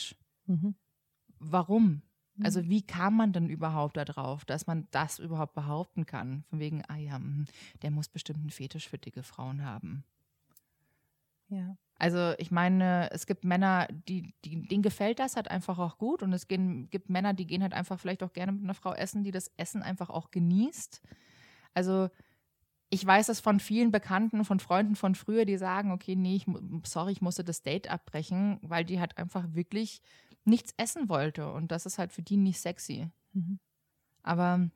Mhm. Warum? Mhm. Also wie kam man denn überhaupt darauf, dass man das überhaupt behaupten kann? Von wegen, ah ja, mh, der muss bestimmt einen Fetisch für dicke Frauen haben. Ja. Also ich meine, es gibt Männer, die, die, denen gefällt das halt einfach auch gut und es gehen, gibt Männer, die gehen halt einfach vielleicht auch gerne mit einer Frau essen, die das Essen einfach auch genießt. Also ich weiß das von vielen Bekannten, von Freunden von früher, die sagen, okay, nee, ich, sorry, ich musste das Date abbrechen, weil die halt einfach wirklich nichts essen wollte und das ist halt für die nicht sexy. Mhm. Aber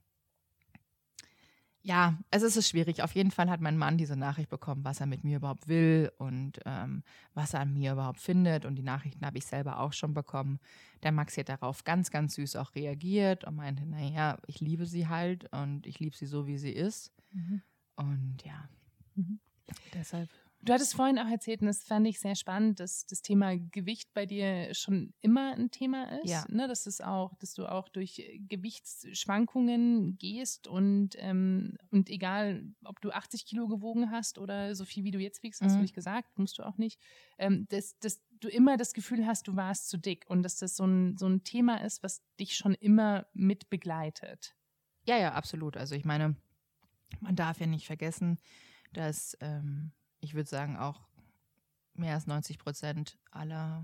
ja, also es ist schwierig. Auf jeden Fall hat mein Mann diese Nachricht bekommen, was er mit mir überhaupt will und ähm, was er an mir überhaupt findet. Und die Nachrichten habe ich selber auch schon bekommen. Der Maxi hat darauf ganz, ganz süß auch reagiert und meinte, naja, ich liebe sie halt und ich liebe sie so, wie sie ist. Mhm. Und ja, Mhm. deshalb. Du hattest vorhin auch erzählt, und das fand ich sehr spannend, dass das Thema Gewicht bei dir schon immer ein Thema ist. Ja. Ne? Dass, es auch, dass du auch durch Gewichtsschwankungen gehst und, ähm, und egal, ob du achtzig Kilo gewogen hast oder so viel, wie du jetzt wiegst, hast Mhm. du nicht gesagt, musst du auch nicht, ähm, dass, dass du immer das Gefühl hast, du warst zu dick und dass das so ein, so ein Thema ist, was dich schon immer mit begleitet. Ja, ja, absolut. Also ich meine, man darf ja nicht vergessen, dass ähm, ich würde sagen, auch mehr als neunzig Prozent aller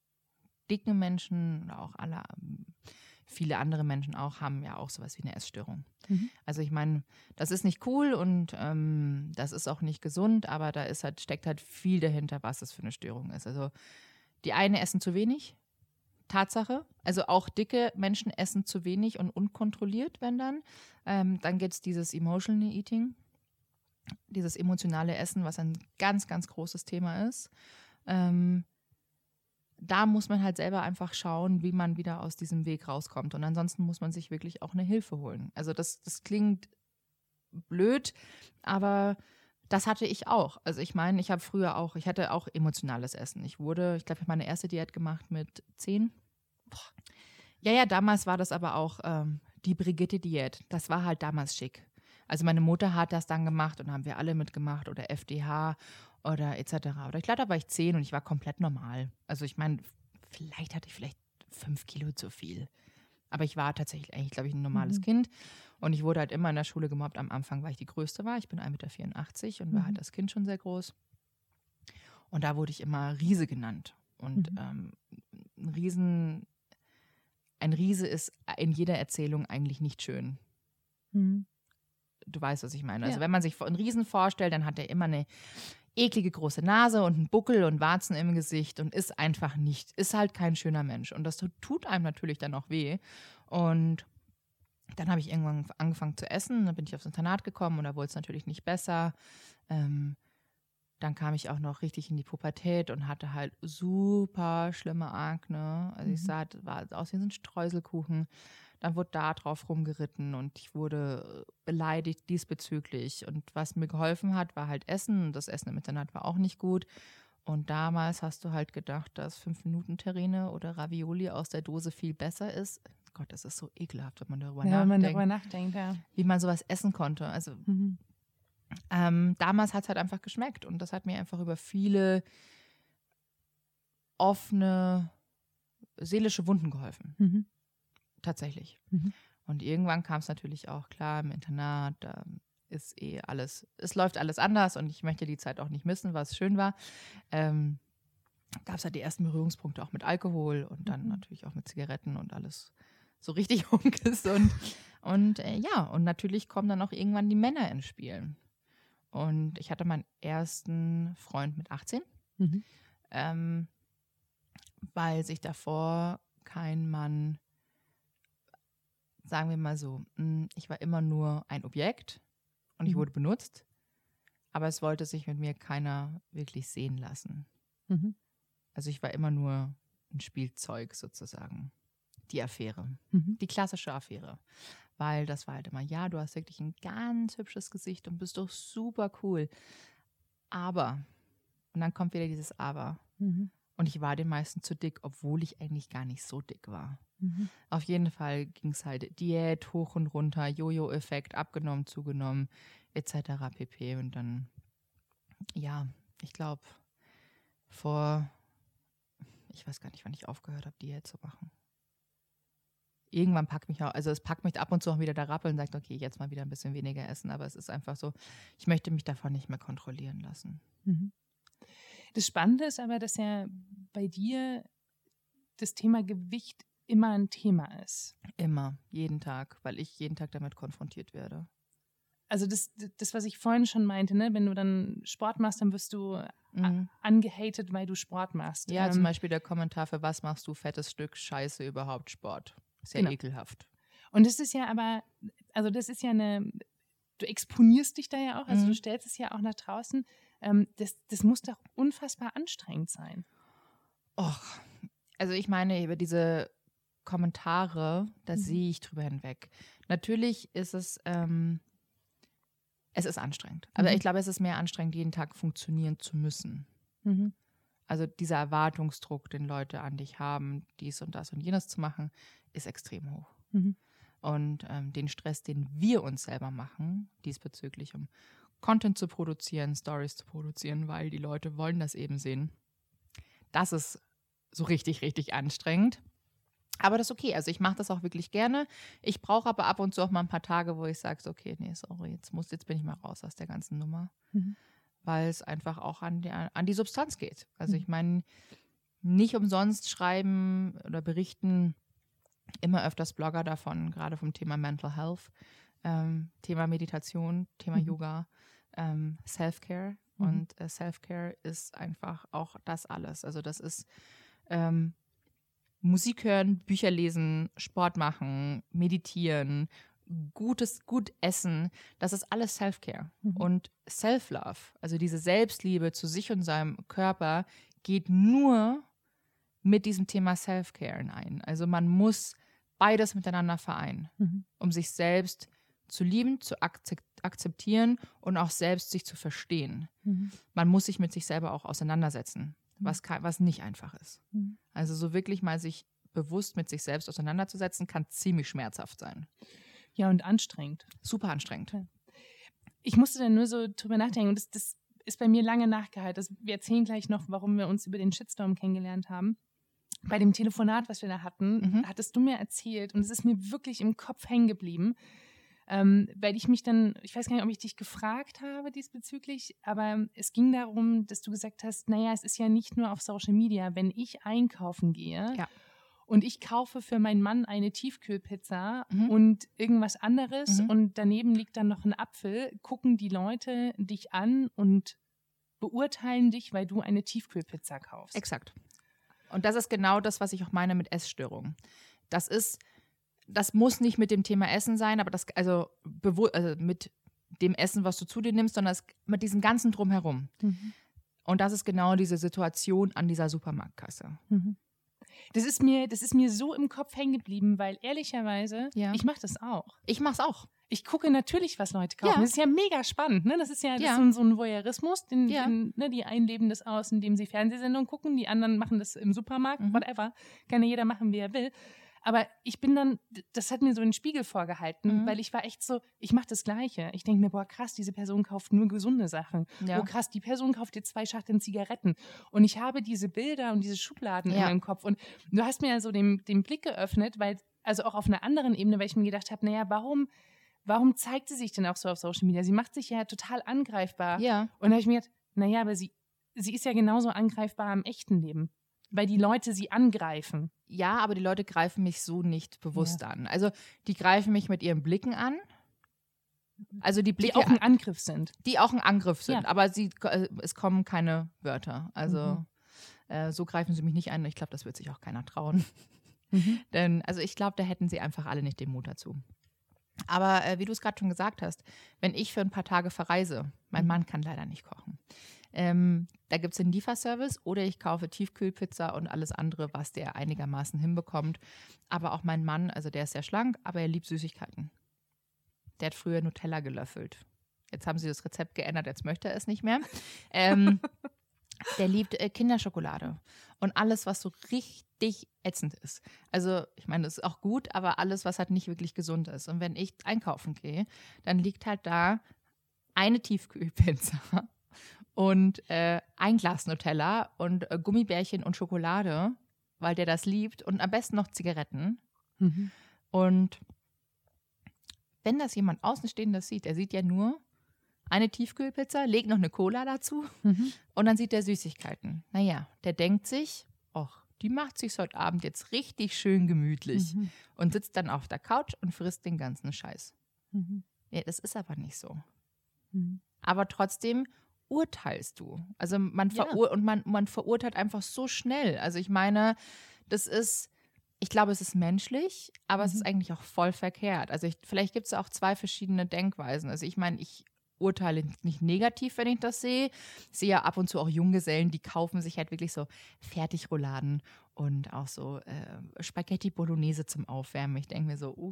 dicken Menschen oder auch aller, ähm, viele andere Menschen auch, haben ja auch sowas wie eine Essstörung. Mhm. Also ich meine, das ist nicht cool und ähm, das ist auch nicht gesund, aber da ist halt, steckt halt viel dahinter, was das für eine Störung ist. Also die einen essen zu wenig, Tatsache. Also auch dicke Menschen essen zu wenig und unkontrolliert, wenn dann. Ähm, dann gibt es dieses Emotional Eating, dieses emotionale Essen, was ein ganz, ganz großes Thema ist. Ähm, da muss man halt selber einfach schauen, wie man wieder aus diesem Weg rauskommt. Und ansonsten muss man sich wirklich auch eine Hilfe holen. Also das, das klingt blöd, aber das hatte ich auch. Also ich meine, ich habe früher auch, ich hatte auch emotionales Essen. Ich wurde, ich glaube, ich habe meine erste Diät gemacht mit zehn. Boah. Ja, ja, damals war das aber auch ähm, die Brigitte-Diät. Das war halt damals schick. Also meine Mutter hat das dann gemacht und haben wir alle mitgemacht oder F D H oder et cetera. Oder ich glaube, da war ich zehn und ich war komplett normal. Also ich meine, vielleicht hatte ich vielleicht fünf Kilo zu viel. Aber ich war tatsächlich eigentlich, glaube ich, ein normales Mhm. Kind. Und ich wurde halt immer in der Schule gemobbt am Anfang, weil ich die Größte war. Ich bin ein Meter vierundachtzig und war Mhm. halt als Kind schon sehr groß. Und da wurde ich immer Riese genannt. Und Mhm. ähm, ein Riesen, ein Riese ist in jeder Erzählung eigentlich nicht schön. Mhm. Du weißt, was ich meine. Also Ja. wenn man sich einen Riesen vorstellt, dann hat er immer eine eklige große Nase und einen Buckel und Warzen im Gesicht und ist einfach nicht, ist halt kein schöner Mensch. Und das tut einem natürlich dann auch weh. Und dann habe ich irgendwann angefangen zu essen, dann bin ich aufs Internat gekommen und da wurde es natürlich nicht besser. Ähm, dann kam ich auch noch richtig in die Pubertät und hatte halt super schlimme Akne. Also ich Mhm. sah, war aus wie so ein Streuselkuchen. Dann wurde da drauf rumgeritten und ich wurde beleidigt diesbezüglich. Und was mir geholfen hat, war halt Essen. Und das Essen im Internat war auch nicht gut. Und damals hast du halt gedacht, dass fünf-Minuten-Terrine oder Ravioli aus der Dose viel besser ist. Gott, das ist so ekelhaft, wenn man darüber Ja, wenn man nachdenkt, darüber nachdenkt, ja. wie man sowas essen konnte. Also Mhm. ähm, damals hat es halt einfach geschmeckt. Und das hat mir einfach über viele offene seelische Wunden geholfen. Mhm. Tatsächlich. Mhm. Und irgendwann kam es natürlich auch klar, im Internat da ist eh alles, es läuft alles anders und ich möchte die Zeit auch nicht missen, was schön war. Ähm, gab es halt die ersten Berührungspunkte auch mit Alkohol und dann Mhm. natürlich auch mit Zigaretten und alles so richtig ungesund. Und äh, ja, und natürlich kommen dann auch irgendwann die Männer ins Spiel. Und ich hatte meinen ersten Freund mit achtzehn, Mhm. ähm, weil sich davor kein Mann, sagen wir mal so, ich war immer nur ein Objekt und ich Mhm. wurde benutzt, aber es wollte sich mit mir keiner wirklich sehen lassen. Mhm. Also ich war immer nur ein Spielzeug sozusagen. Die Affäre, Mhm. die klassische Affäre. Weil das war halt immer, ja, du hast wirklich ein ganz hübsches Gesicht und bist doch super cool. Aber, und dann kommt wieder dieses Aber. Mhm. Und ich war den meisten zu dick, obwohl ich eigentlich gar nicht so dick war. Mhm. Auf jeden Fall ging es halt Diät, hoch und runter, Jojo-Effekt, abgenommen, zugenommen, et cetera pp. Und dann, ja, ich glaube, vor ich weiß gar nicht, wann ich aufgehört habe, Diät zu machen. Irgendwann packt mich auch, also es packt mich ab und zu auch wieder der Rappel und sagt, okay, jetzt mal wieder ein bisschen weniger essen. Aber es ist einfach so, ich möchte mich davon nicht mehr kontrollieren lassen. Mhm. Das Spannende ist aber, dass ja bei dir das Thema Gewicht immer ein Thema ist. Immer, jeden Tag, weil ich jeden Tag damit konfrontiert werde. Also das, das was ich vorhin schon meinte, ne? Wenn du dann Sport machst, dann wirst du Mhm. angehatet, weil du Sport machst. Ja, ähm, zum Beispiel der Kommentar, für was machst du fettes Stück Scheiße überhaupt Sport? Ist ja Genau. ekelhaft. Und das ist ja aber, also das ist ja eine, du exponierst dich da ja auch, also Mhm. du stellst es ja auch nach draußen. Ähm, das, das muss doch unfassbar anstrengend sein. Och, also ich meine, über diese Kommentare, da Mhm. sehe ich drüber hinweg. Natürlich ist es, ähm, es ist anstrengend. Aber Mhm. ich glaube, es ist mehr anstrengend, jeden Tag funktionieren zu müssen. Mhm. Also dieser Erwartungsdruck, den Leute an dich haben, dies und das und jenes zu machen, ist extrem hoch. Mhm. Und ähm, den Stress, den wir uns selber machen, diesbezüglich, um Content zu produzieren, Stories zu produzieren, weil die Leute wollen das eben sehen, das ist so richtig, richtig anstrengend. Aber das ist okay. Also ich mache das auch wirklich gerne. Ich brauche aber ab und zu auch mal ein paar Tage, wo ich sage, so, okay, nee, sorry, jetzt, muss, jetzt bin ich mal raus aus der ganzen Nummer. Mhm. Weil es einfach auch an die, an die Substanz geht. Also Mhm. ich meine, nicht umsonst schreiben oder berichten immer öfters Blogger davon, gerade vom Thema Mental Health, ähm, Thema Meditation, Thema Mhm. Yoga, ähm, Self-Care. Mhm. Und äh, Self-Care ist einfach auch das alles. Also das ist ähm, Musik hören, Bücher lesen, Sport machen, meditieren, gutes, gut essen, das ist alles Self-Care. Mhm. Und Self-Love, also diese Selbstliebe zu sich und seinem Körper, geht nur mit diesem Thema Self-Care ein. Also man muss beides miteinander vereinen, Mhm. um sich selbst zu lieben, zu akzep- akzeptieren und auch selbst sich zu verstehen. Mhm. Man muss sich mit sich selber auch auseinandersetzen, Mhm. was, ka- was nicht einfach ist. Mhm. Also so wirklich mal sich bewusst mit sich selbst auseinanderzusetzen, kann ziemlich schmerzhaft sein. Ja, und anstrengend. Super anstrengend. Ja. Ich musste dann nur so drüber nachdenken und das, das ist bei mir lange nachgehalten. Das, wir erzählen gleich noch, warum wir uns über den Shitstorm kennengelernt haben. Bei dem Telefonat, was wir da hatten, Mhm. hattest du mir erzählt und es ist mir wirklich im Kopf hängen geblieben, ähm, weil ich mich dann, ich weiß gar nicht, ob ich dich gefragt habe diesbezüglich, aber es ging darum, dass du gesagt hast, naja, es ist ja nicht nur auf Social Media, wenn ich einkaufen gehe Ja. und ich kaufe für meinen Mann eine Tiefkühlpizza Mhm. und irgendwas anderes Mhm. und daneben liegt dann noch ein Apfel, gucken die Leute dich an und beurteilen dich, weil du eine Tiefkühlpizza kaufst. Exakt. Und das ist genau das, was ich auch meine mit Essstörungen. Das ist, das muss nicht mit dem Thema Essen sein, aber das, also, bewu- also mit dem Essen, was du zu dir nimmst, sondern es, mit diesem ganzen Drumherum. Mhm. Und das ist genau diese Situation an dieser Supermarktkasse. Mhm. Das ist mir, das ist mir so im Kopf hängen geblieben, weil ehrlicherweise, Ja. ich mache das auch. Ich mach's auch. Ich gucke natürlich, was Leute kaufen. Ja. Das ist ja mega spannend. Ne? Das ist ja, das Ja. ist so, ein- so ein Voyeurismus. Den, Ja. den, ne, die einen leben das aus, indem sie Fernsehsendungen gucken. Die anderen machen das im Supermarkt, Mhm. whatever. Kann ja jeder machen, wie er will. Aber ich bin dann, das hat mir so einen Spiegel vorgehalten, Mhm. weil ich war echt so, ich mache das Gleiche. Ich denke mir, boah, krass, diese Person kauft nur gesunde Sachen. Ja. Oh, krass, die Person kauft jetzt zwei Schachteln Zigaretten. Und ich habe diese Bilder und diese Schubladen in Ja. meinem Kopf. Und du hast mir ja so den, den Blick geöffnet, weil, also auch auf einer anderen Ebene, weil ich mir gedacht habe, naja, warum, warum zeigt sie sich denn auch so auf Social Media? Sie macht sich ja total angreifbar. Ja. Und da habe ich mir gedacht, naja, aber sie, sie ist ja genauso angreifbar im echten Leben. Weil die Leute sie angreifen. Ja, aber die Leute greifen mich so nicht bewusst an. Also die greifen mich mit ihren Blicken an. Also die Die Blicke, auch ein Angriff sind. die auch ein Angriff sind, Ja. aber sie, äh, es kommen keine Wörter. Also Mhm. äh, so greifen sie mich nicht an. Ich glaube, das wird sich auch keiner trauen. Mhm. Denn, also ich glaube, da hätten sie einfach alle nicht den Mut dazu. Aber äh, wie du es gerade schon gesagt hast, wenn ich für ein paar Tage verreise, mein Mann kann leider nicht kochen. Ähm, da gibt es einen Lieferservice oder ich kaufe Tiefkühlpizza und alles andere, was der einigermaßen hinbekommt. Aber auch mein Mann, also der ist sehr schlank, aber er liebt Süßigkeiten. Der hat früher Nutella gelöffelt. Jetzt haben sie das Rezept geändert, jetzt möchte er es nicht mehr. Ähm, der liebt äh, Kinderschokolade und alles, was so richtig ätzend ist. Also ich meine, das ist auch gut, aber alles, was halt nicht wirklich gesund ist. Und wenn ich einkaufen gehe, dann liegt halt da eine Tiefkühlpizza und äh, ein Glas Nutella und äh, Gummibärchen und Schokolade, weil der das liebt und am besten noch Zigaretten. Mhm. Und wenn das jemand Außenstehendes sieht, der sieht ja nur eine Tiefkühlpizza, legt noch eine Cola dazu Mhm. und dann sieht der Süßigkeiten. Naja, der denkt sich, ach, die macht sich heute Abend jetzt richtig schön gemütlich Mhm. und sitzt dann auf der Couch und frisst den ganzen Scheiß. Mhm. Ja, das ist aber nicht so. Mhm. Aber trotzdem urteilst du. Also man, Ja. verur und man, man verurteilt einfach so schnell. Also ich meine, das ist, ich glaube, es ist menschlich, aber es Mhm. ist eigentlich auch voll verkehrt. Also ich, vielleicht gibt es auch zwei verschiedene Denkweisen. Also ich meine, ich urteile nicht negativ, wenn ich das sehe. Ich sehe ja ab und zu auch Junggesellen, die kaufen sich halt wirklich so Fertigrouladen und auch so äh, Spaghetti Bolognese zum Aufwärmen. Ich denke mir so, uh,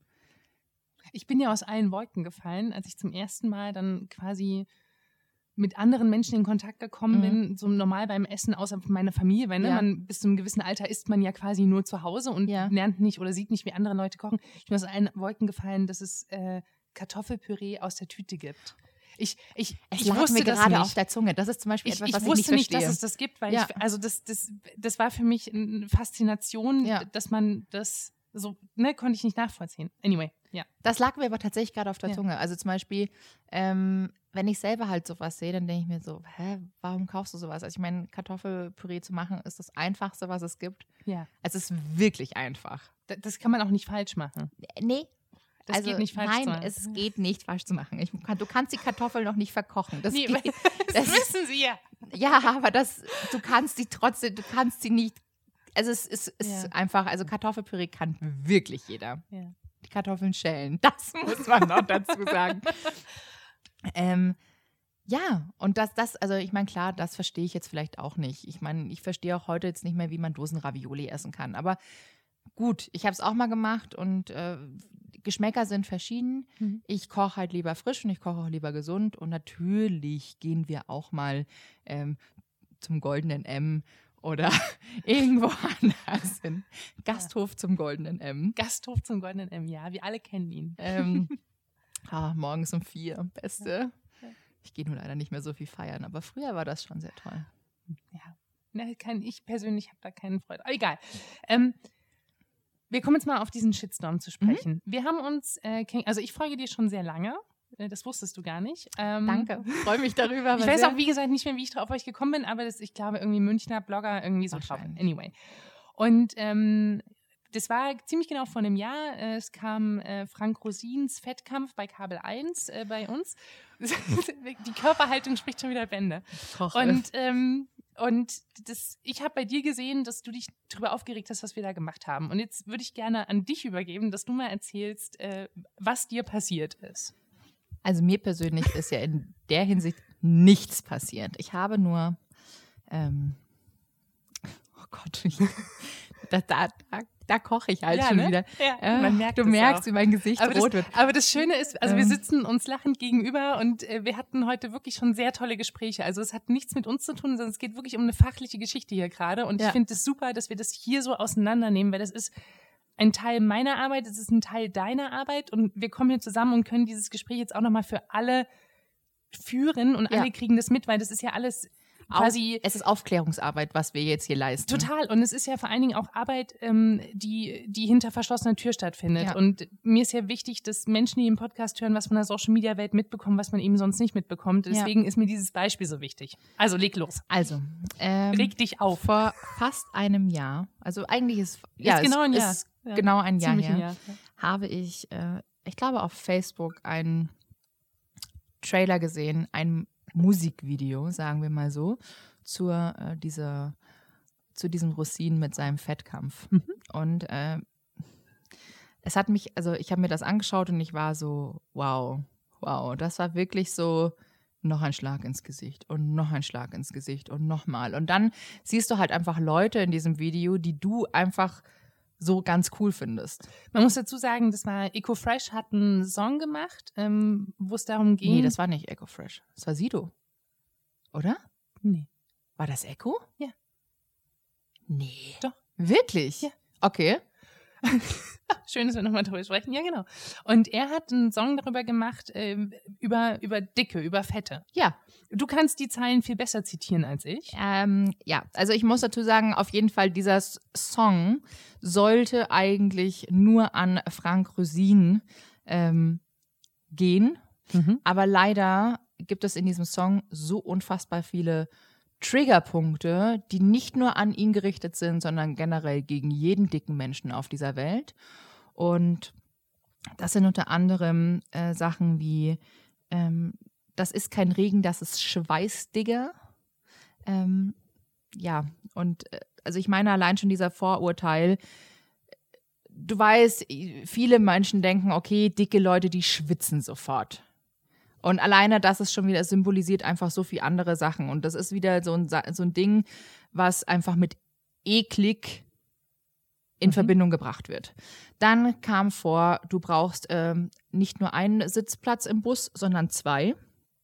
Ich bin ja aus allen Wolken gefallen, als ich zum ersten Mal dann quasi mit anderen Menschen in Kontakt gekommen Mhm. bin, so normal beim Essen, außer meiner Familie, weil ne, Ja. man bis zu einem gewissen Alter isst man ja quasi nur zu Hause und Ja. lernt nicht oder sieht nicht, wie andere Leute kochen. Ich bin aus allen Wolken gefallen, dass es äh, Kartoffelpüree aus der Tüte gibt. Ich, ich, es ich lag wusste mir das gerade nicht. auf der Zunge. Das ist zum Beispiel Ich, etwas, ich was wusste ich nicht nicht, verstehe. dass es das gibt, weil Ja. ich, also das, das, das war für mich eine Faszination, Ja. dass man das so, ne, konnte ich nicht nachvollziehen. Anyway, ja. Das lag mir aber tatsächlich gerade auf der Ja. Zunge. Also zum Beispiel, ähm, wenn ich selber halt sowas sehe, dann denke ich mir so, hä, warum kaufst du sowas? Also ich meine, Kartoffelpüree zu machen ist das Einfachste, was es gibt. Ja. Es ist wirklich einfach. Da- Das kann man auch nicht falsch machen. Äh, Nee. Das also, geht nicht falsch nein, zu machen. es geht nicht falsch zu machen. Ich kann, du kannst die Kartoffel noch nicht verkochen. Das Nee, geht, das, das- wissen Sie ja. ja, aber das, du kannst die trotzdem, du kannst sie nicht. Also es ist, ist Ja. einfach, also Kartoffelpüree kann wirklich jeder. Ja. Die Kartoffeln schälen, das muss man noch dazu sagen. ähm, ja, und das, das, also ich meine, klar, das verstehe ich jetzt vielleicht auch nicht. Ich meine, ich verstehe auch heute jetzt nicht mehr, wie man Dosen Ravioli essen kann. Aber gut, ich habe es auch mal gemacht und äh, Geschmäcker sind verschieden. Mhm. Ich koche halt lieber frisch und ich koche auch lieber gesund. Und natürlich gehen wir auch mal ähm, zum Goldenen M oder irgendwo anders hin. Gasthof zum Goldenen M. Gasthof zum Goldenen M, ja, wir alle kennen ihn. Ähm, ah, morgens um vier, beste. Ja. Ich gehe nur leider nicht mehr so viel feiern, aber früher war das schon sehr toll. Ja, ne, kein, ich persönlich habe da keinen Freude. Aber egal. Ähm, wir kommen jetzt mal auf diesen Shitstorm zu sprechen. Wir haben uns, äh, kenn- also ich folge dir schon sehr lange. Äh, Das wusstest du gar nicht. Ähm, Danke, freue mich darüber. Ich aber weiß sehr. auch, wie gesagt, nicht mehr, wie ich drauf euch gekommen bin, aber das, ich glaube, irgendwie Münchner Blogger irgendwie so drauf. Wahrscheinlich. Anyway. Und ähm, das war ziemlich genau vor einem Jahr. Äh, Es kam äh, Frank Rosins Fettkampf bei Kabel eins äh, bei uns. Die Körperhaltung spricht schon wieder Bände. Koche. Und, ähm, und das, ich habe bei dir gesehen, dass du dich darüber aufgeregt hast, was wir da gemacht haben. Und jetzt würde ich gerne an dich übergeben, dass du mal erzählst, äh, was dir passiert ist. Also mir persönlich ist ja in der Hinsicht nichts passiert. Ich habe nur, ähm, oh Gott, ich, da, da, da, da koche ich halt Ja, schon ne? wieder. Ja, Äh, man merkt du es merkst, auch. wie mein Gesicht Aber rot das, wird. aber das Schöne ist, also wir Ähm. sitzen uns lachend gegenüber und äh, wir hatten heute wirklich schon sehr tolle Gespräche. Also es hat nichts mit uns zu tun, sondern es geht wirklich um eine fachliche Geschichte hier gerade. Und Ja. ich finde es super, dass wir das hier so auseinandernehmen, weil das ist ein Teil meiner Arbeit, es ist ein Teil deiner Arbeit und wir kommen hier zusammen und können dieses Gespräch jetzt auch nochmal für alle führen und Ja. alle kriegen das mit, weil das ist ja alles quasi Es ist Aufklärungsarbeit, was wir jetzt hier leisten. total. Und es ist ja vor allen Dingen auch Arbeit, ähm, die, die hinter verschlossener Tür stattfindet. Ja. Und mir ist ja wichtig, dass Menschen, die den Podcast hören, was von der Social-Media-Welt mitbekommen, was man eben sonst nicht mitbekommt. Deswegen ist mir dieses Beispiel so wichtig. Also leg los. Also, ähm, Reg dich auf. vor fast einem Jahr, also eigentlich ist, ja, Ist genau ein es Jahr. ist Ja. genau ein Jahr Ziemlich her, ein Jahr. habe ich, äh, ich glaube auf Facebook einen Trailer gesehen, ein Musikvideo, sagen wir mal so, zur äh, dieser, zu diesem Rosin mit seinem Fettkampf. Mhm. Und äh, es hat mich, also ich habe mir das angeschaut und ich war so, wow, wow, das war wirklich so noch ein Schlag ins Gesicht und noch ein Schlag ins Gesicht und nochmal. Und dann siehst du halt einfach Leute in diesem Video, die du einfach so ganz cool findest. Man muss dazu sagen, das war EcoFresh, hat einen Song gemacht, ähm, wo es darum ging. Nee, das war nicht EcoFresh. Das war Sido. Oder? Nee. War das Echo? Ja. Nee. Doch. Wirklich? Ja. Okay. schön, dass wir nochmal drüber sprechen. Ja, genau. Und er hat einen Song darüber gemacht, äh, über, über Dicke, über Fette. Ja. Du kannst die Zeilen viel besser zitieren als ich. Ähm, ja, also ich muss dazu sagen, auf jeden Fall, dieser Song sollte eigentlich nur an Frank Rösin ähm, gehen. Mhm. Aber leider gibt es in diesem Song so unfassbar viele Triggerpunkte, die nicht nur an ihn gerichtet sind, sondern generell gegen jeden dicken Menschen auf dieser Welt. Und das sind unter anderem äh, Sachen wie, ähm, das ist kein Regen, das ist Schweiß, Digga. Ähm, ja, und äh, also ich meine allein schon dieser Vorurteil, du weißt, viele Menschen denken, okay, dicke Leute, die schwitzen sofort. Und alleine das ist schon wieder, symbolisiert einfach so viele andere Sachen. Und das ist wieder so ein, so ein Ding, was einfach mit eklig in mhm. Verbindung gebracht wird. Dann kam vor, du brauchst ähm, nicht nur einen Sitzplatz im Bus, sondern zwei.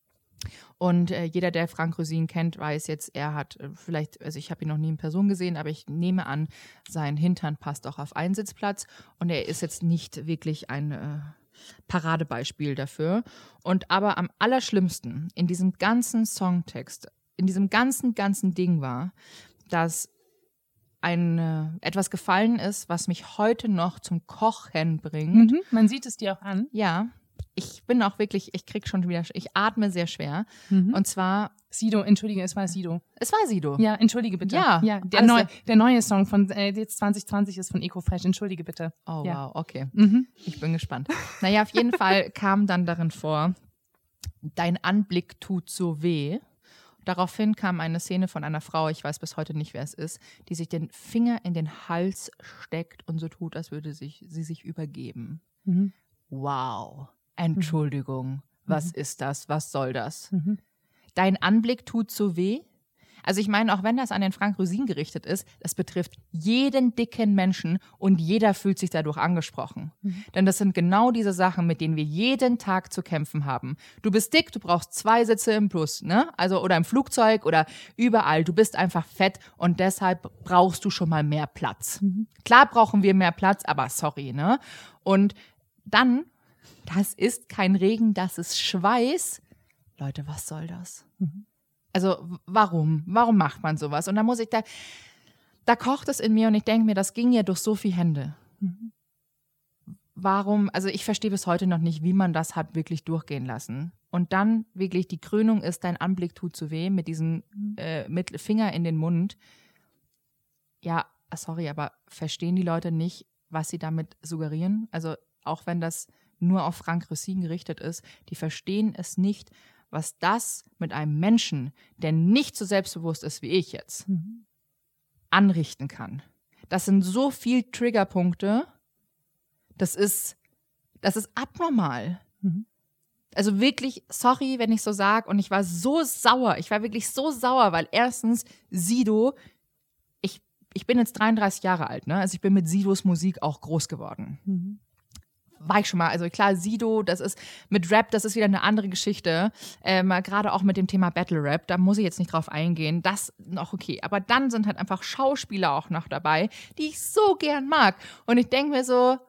Und äh, jeder, der Frank Rösin kennt, weiß jetzt, er hat äh, vielleicht, also ich habe ihn noch nie in Person gesehen, aber ich nehme an, sein Hintern passt auch auf einen Sitzplatz. Und er ist jetzt nicht wirklich ein äh, Paradebeispiel dafür. Und aber am allerschlimmsten in diesem ganzen Songtext, in diesem ganzen, ganzen Ding war, dass ein, äh, etwas gefallen ist, was mich heute noch zum Kochen bringt. Mhm, man sieht es dir auch an. Ja, ich bin auch wirklich, ich krieg schon wieder, ich atme sehr schwer. Mhm. Und zwar Sido, entschuldige, es war Sido. Es war Sido. Ja, entschuldige bitte. Ja, ja der, neu, der neue Song von äh, jetzt zwanzig zwanzig ist von Ecofresh, entschuldige bitte. Oh, ja. wow, okay. Mhm. Ich bin gespannt. Naja, auf jeden Fall kam dann darin vor, dein Anblick tut so weh. Daraufhin kam eine Szene von einer Frau, ich weiß bis heute nicht, wer es ist, die sich den Finger in den Hals steckt und so tut, als würde sich, sie sich übergeben. Mhm. Wow. Entschuldigung, mhm. was ist das? Was soll das? Mhm. Dein Anblick tut so weh? Also ich meine, auch wenn das an den Frank Rösin gerichtet ist, das betrifft jeden dicken Menschen und jeder fühlt sich dadurch angesprochen. Mhm. Denn das sind genau diese Sachen, mit denen wir jeden Tag zu kämpfen haben. Du bist dick, du brauchst zwei Sitze im Bus, ne? Also oder im Flugzeug oder überall. Du bist einfach fett und deshalb brauchst du schon mal mehr Platz. Mhm. Klar brauchen wir mehr Platz, aber sorry, ne? Und dann, das ist kein Regen, das ist Schweiß. Leute, was soll das? Mhm. Also warum? Warum macht man sowas? Und da muss ich, da, da kocht es in mir und ich denke mir, das ging ja durch so viele Hände. Mhm. Warum? Also ich verstehe bis heute noch nicht, wie man das hat wirklich durchgehen lassen. Und dann wirklich die Krönung ist, dein Anblick tut so weh mit diesem äh, mit Finger in den Mund. Ja, sorry, aber verstehen die Leute nicht, was sie damit suggerieren? Also auch wenn das nur auf Frank Rösin gerichtet ist, die verstehen es nicht, was das mit einem Menschen, der nicht so selbstbewusst ist wie ich jetzt, mhm. anrichten kann. Das sind so viele Triggerpunkte, das ist, das ist abnormal. Mhm. Also wirklich, sorry, wenn ich so sage, und ich war so sauer, ich war wirklich so sauer, weil erstens Sido, ich, ich bin jetzt dreiunddreißig Jahre alt, ne? Also ich bin mit Sidos Musik auch groß geworden. Mhm. War ich schon mal, also klar, Sido, das ist mit Rap, das ist wieder eine andere Geschichte, ähm, gerade auch mit dem Thema Battle Rap, da muss ich jetzt nicht drauf eingehen, das noch okay, aber dann sind halt einfach Schauspieler auch noch dabei, die ich so gern mag und ich denke mir so,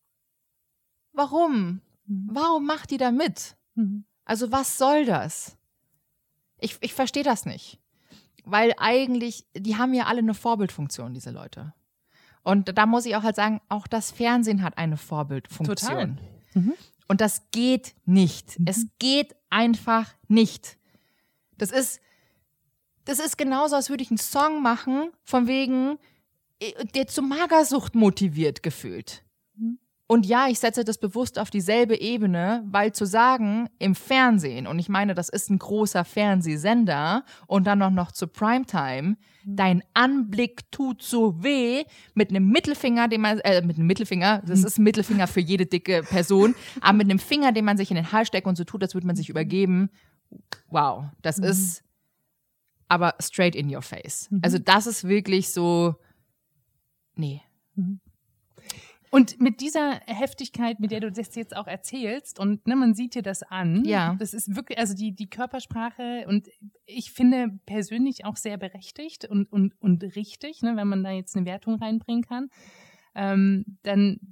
warum? Mhm. Warum macht die da mit? Mhm. Also was soll das? Ich, ich verstehe das nicht, weil eigentlich, die haben ja alle eine Vorbildfunktion, diese Leute. Und da muss ich auch halt sagen, auch das Fernsehen hat eine Vorbildfunktion. Mhm. Und das geht nicht. Mhm. Es geht einfach nicht. Das ist, das ist genauso, als würde ich einen Song machen, von wegen, der zur Magersucht motiviert gefühlt. Mhm. Und ja, ich setze das bewusst auf dieselbe Ebene, weil zu sagen, im Fernsehen, und ich meine, das ist ein großer Fernsehsender und dann auch noch zur Primetime, dein Anblick tut so weh, mit einem Mittelfinger, den man, äh, mit einem Mittelfinger, das ist ein Mittelfinger für jede dicke Person, aber mit einem Finger, den man sich in den Hals steckt und so tut, als würde man sich übergeben. Wow, das mhm. ist aber straight in your face. Mhm. Also das ist wirklich so, nee. Mhm. Und mit dieser Heftigkeit, mit der du das jetzt auch erzählst, und ne, man sieht dir das an, ja. Das ist wirklich, also die, die Körpersprache, und ich finde persönlich auch sehr berechtigt und, und, und richtig, ne, wenn man da jetzt eine Wertung reinbringen kann, ähm, dann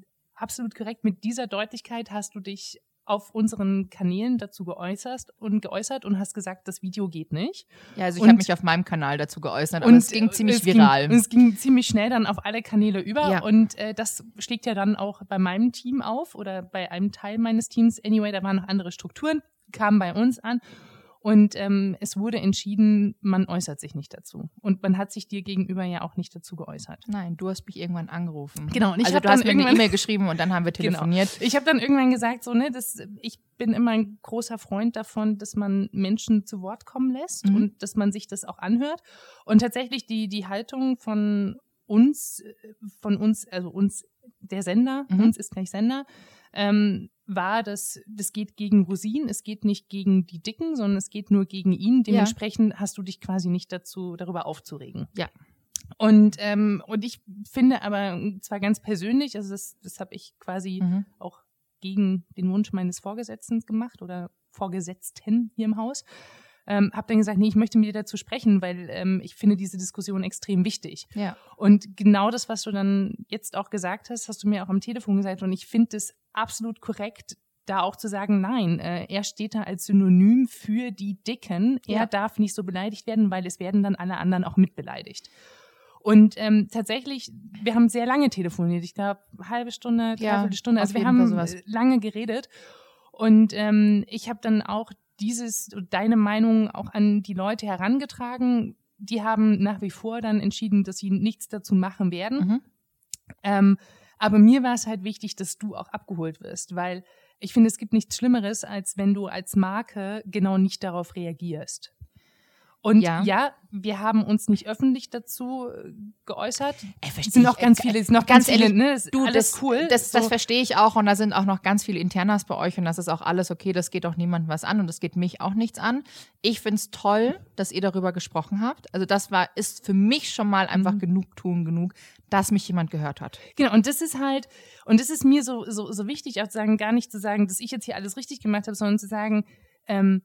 absolut korrekt. Mit dieser Deutlichkeit hast du dich auf unseren Kanälen dazu geäußert und geäußert und hast gesagt, das Video geht nicht. Ja, also ich habe mich auf meinem Kanal dazu geäußert, aber und es ging ziemlich es viral. Ging, es ging ziemlich schnell dann auf alle Kanäle über Ja. und äh, das schlägt ja dann auch bei meinem Team auf oder bei einem Teil meines Teams. Anyway, da waren noch andere Strukturen, kamen bei uns an. Und ähm, es wurde entschieden, man äußert sich nicht dazu. Und man hat sich dir gegenüber ja auch nicht dazu geäußert. Nein, du hast mich irgendwann angerufen. Genau. Und ich also hab du hast dann mir eine E-Mail geschrieben und dann haben wir telefoniert. Genau. Ich habe dann irgendwann gesagt, so ne, das, ich bin immer ein großer Freund davon, dass man Menschen zu Wort kommen lässt mhm. und dass man sich das auch anhört. Und tatsächlich die die Haltung von uns, von uns, also uns der Sender, mhm. uns ist gleich Sender, ähm, war, dass das geht gegen Rosin, es geht nicht gegen die Dicken, sondern es geht nur gegen ihn. Dementsprechend ja. hast du dich quasi nicht dazu darüber aufzuregen. Ja. Und ähm, und ich finde aber zwar ganz persönlich, also das, das habe ich quasi mhm. auch gegen den Wunsch meines Vorgesetzten gemacht oder Vorgesetzten hier im Haus, ähm, habe dann gesagt, nee, ich möchte mit dir dazu sprechen, weil ähm, ich finde diese Diskussion extrem wichtig. Ja. Und genau das, was du dann jetzt auch gesagt hast, hast du mir auch am Telefon gesagt und ich finde es absolut korrekt, da auch zu sagen, nein, äh, er steht da als Synonym für die Dicken. Er ja. darf nicht so beleidigt werden, weil es werden dann alle anderen auch mitbeleidigt. Und ähm, tatsächlich, wir haben sehr lange telefoniert. Ich glaube, halbe Stunde, dreiviertel ja, Stunde. Also wir haben sowas. lange geredet. Und ähm, ich habe dann auch dieses, deine Meinung auch an die Leute herangetragen. Die haben nach wie vor dann entschieden, dass sie nichts dazu machen werden. Mhm. Ähm, aber mir war es halt wichtig, dass du auch abgeholt wirst, weil ich finde, es gibt nichts Schlimmeres, als wenn du als Marke genau nicht darauf reagierst. Und ja. ja, wir haben uns nicht öffentlich dazu geäußert. Ey, es sind noch ganz viele, es sind noch ganz, ganz viele, ehrlich, ne? Das ist du, alles das, cool. Das, das so. verstehe ich auch und da sind auch noch ganz viele Internas bei euch und das ist auch alles okay, das geht auch niemandem was an und das geht mich auch nichts an. Ich finde es toll, dass ihr darüber gesprochen habt. Also das war, ist für mich schon mal einfach mhm. Genugtuung genug, dass mich jemand gehört hat. Genau, und das ist halt, und das ist mir so, so, so wichtig, auch zu sagen, gar nicht zu sagen, dass ich jetzt hier alles richtig gemacht habe, sondern zu sagen, ähm,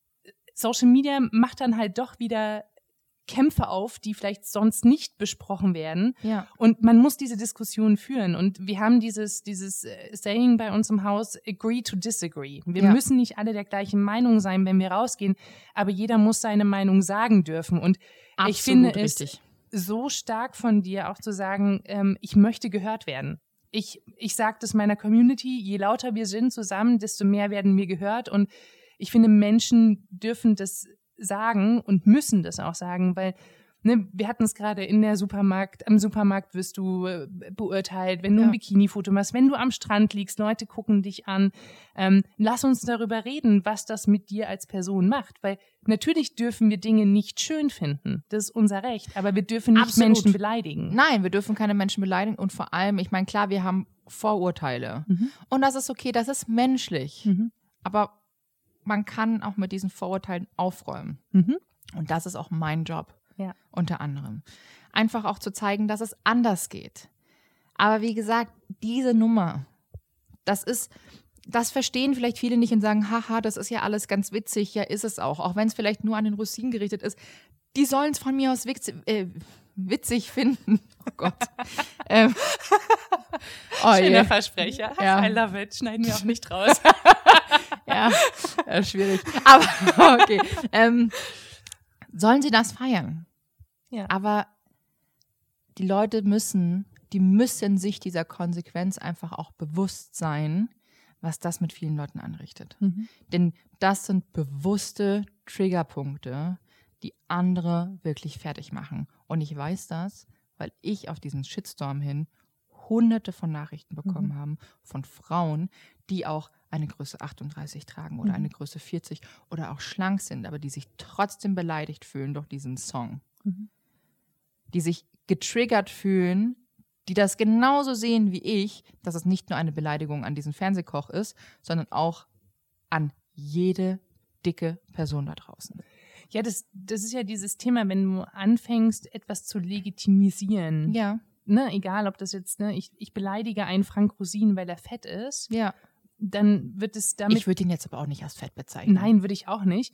Social Media macht dann halt doch wieder Kämpfe auf, die vielleicht sonst nicht besprochen werden. Ja. Und man muss diese Diskussion führen. Und wir haben dieses, dieses Saying bei uns im Haus, agree to disagree. Wir ja. müssen nicht alle der gleichen Meinung sein, wenn wir rausgehen, aber jeder muss seine Meinung sagen dürfen. Und Absolut ich finde richtig. es so stark von dir auch zu sagen, ähm, ich möchte gehört werden. Ich, ich sage das meiner Community, je lauter wir sind zusammen, desto mehr werden wir gehört. Und ich finde, Menschen dürfen das sagen und müssen das auch sagen, weil ne, wir hatten es gerade in der Supermarkt, am Supermarkt wirst du äh, beurteilt, wenn du ja. ein Bikini-Foto machst, wenn du am Strand liegst, Leute gucken dich an. Ähm, lass uns darüber reden, was das mit dir als Person macht, weil natürlich dürfen wir Dinge nicht schön finden, das ist unser Recht, aber wir dürfen nicht Absolut. Menschen beleidigen. Nein, wir dürfen keine Menschen beleidigen und vor allem, ich meine, klar, wir haben Vorurteile Mhm. und das ist okay, das ist menschlich, Mhm. aber man kann auch mit diesen Vorurteilen aufräumen. Mhm. Und das ist auch mein Job, ja. unter anderem. Einfach auch zu zeigen, dass es anders geht. Aber wie gesagt, diese Nummer, das ist, das verstehen vielleicht viele nicht und sagen, haha, das ist ja alles ganz witzig. Ja, ist es auch. Auch wenn es vielleicht nur an den Rosinen gerichtet ist. Die sollen es von mir aus witzig, äh, witzig finden. Oh Gott. ähm. oh, Schöner yeah. Versprecher. Ja. I love it. Schneiden wir auch nicht raus. Ja, ja, schwierig. Aber okay. Ähm, sollen sie das feiern? Ja. Aber die Leute müssen, die müssen sich dieser Konsequenz einfach auch bewusst sein, was das mit vielen Leuten anrichtet. Mhm. Denn das sind bewusste Triggerpunkte, die andere wirklich fertig machen. Und ich weiß das, weil ich auf diesen Shitstorm hin hunderte von Nachrichten bekommen mhm. habe von Frauen, die auch eine Größe achtunddreißig tragen oder mhm. eine Größe vierzig oder auch schlank sind, aber die sich trotzdem beleidigt fühlen durch diesen Song. Mhm. Die sich getriggert fühlen, die das genauso sehen wie ich, dass es nicht nur eine Beleidigung an diesen Fernsehkoch ist, sondern auch an jede dicke Person da draußen. Ja, das, das ist ja dieses Thema, wenn du anfängst, etwas zu legitimisieren. Ja. Ne, egal, ob das jetzt, ne, ich, ich beleidige einen Frank Rosin, weil er fett ist. Ja. Dann wird es damit. Ich würde ihn jetzt aber auch nicht als fett bezeichnen. Nein, würde ich auch nicht.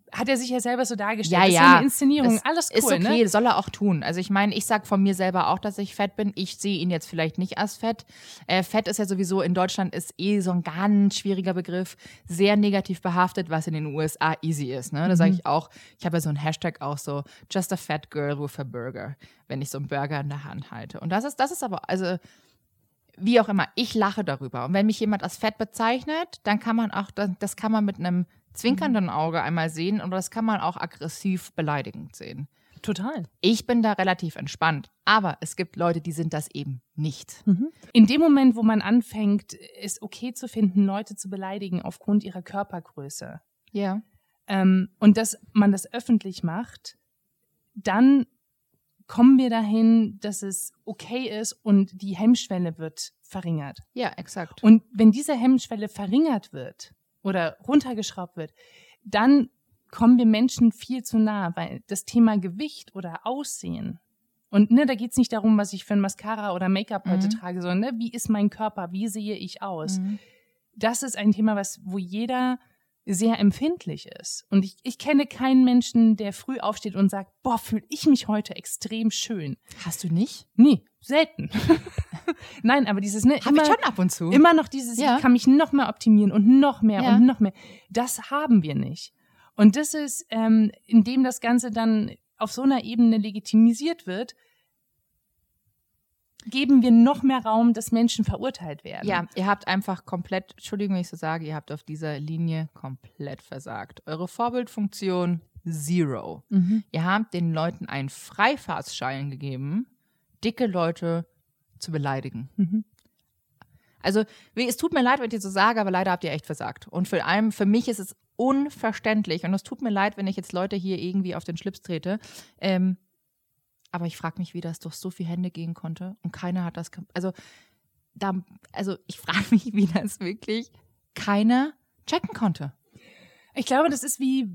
hat er sich ja selber so dargestellt. Ja, das ist ja. ja eine Inszenierung, Es alles cool, ist okay, ne? soll er auch tun. Also ich meine, ich sag von mir selber auch, dass ich fett bin. Ich sehe ihn jetzt vielleicht nicht als fett. Äh, fett ist ja sowieso in Deutschland ist eh so ein ganz schwieriger Begriff, sehr negativ behaftet, was in den U S A easy ist. Ne? Da Mhm. sage ich auch, ich habe ja so einen Hashtag auch so, just a fat girl with a burger, wenn ich so einen Burger in der Hand halte. Und das ist, das ist aber, also wie auch immer, ich lache darüber. Und wenn mich jemand als fett bezeichnet, dann kann man auch, das kann man mit einem zwinkernden Auge einmal sehen und das kann man auch aggressiv beleidigend sehen. Total. Ich bin da relativ entspannt, aber es gibt Leute, die sind das eben nicht. Mhm. In dem Moment, wo man anfängt, es okay zu finden, Leute zu beleidigen aufgrund ihrer Körpergröße, Ja. ähm, und dass man das öffentlich macht, dann kommen wir dahin, dass es okay ist und die Hemmschwelle wird verringert. Ja, exakt. Und wenn diese Hemmschwelle verringert wird oder runtergeschraubt wird, dann kommen wir Menschen viel zu nah, weil das Thema Gewicht oder Aussehen, und ne, da geht es nicht darum, was ich für ein Mascara oder Make-up heute Mhm. trage, sondern ne, wie ist mein Körper, wie sehe ich aus? Mhm. Das ist ein Thema, was, wo jeder sehr empfindlich ist. Und ich, ich kenne keinen Menschen, der früh aufsteht und sagt, boah, fühle ich mich heute extrem schön. Hast du nicht? Nee, selten. Nein, aber dieses, ne, Hab immer, ich schon ab und zu. immer noch dieses, Ja. ich kann mich noch mehr optimieren und noch mehr Ja. und noch mehr. Das haben wir nicht. Und das ist, ähm, indem das Ganze dann auf so einer Ebene legitimisiert wird, geben wir noch mehr Raum, dass Menschen verurteilt werden. Ja, ihr habt einfach komplett, Entschuldigung, wenn ich so sage, ihr habt auf dieser Linie komplett versagt. Eure Vorbildfunktion zero. Mhm. Ihr habt den Leuten einen Freifahrtsschein gegeben, dicke Leute zu beleidigen. Mhm. Also, wie- es tut mir leid, wenn ich das so sage, aber leider habt ihr echt versagt. Und für allem, für mich ist es unverständlich. Und es tut mir leid, wenn ich jetzt Leute hier irgendwie auf den Schlips trete. Ähm, aber ich frage mich, wie das durch so viele Hände gehen konnte. Und keiner hat das. ge- Also, da, also ich frage mich, wie das wirklich keiner checken konnte. Ich glaube, das ist wie,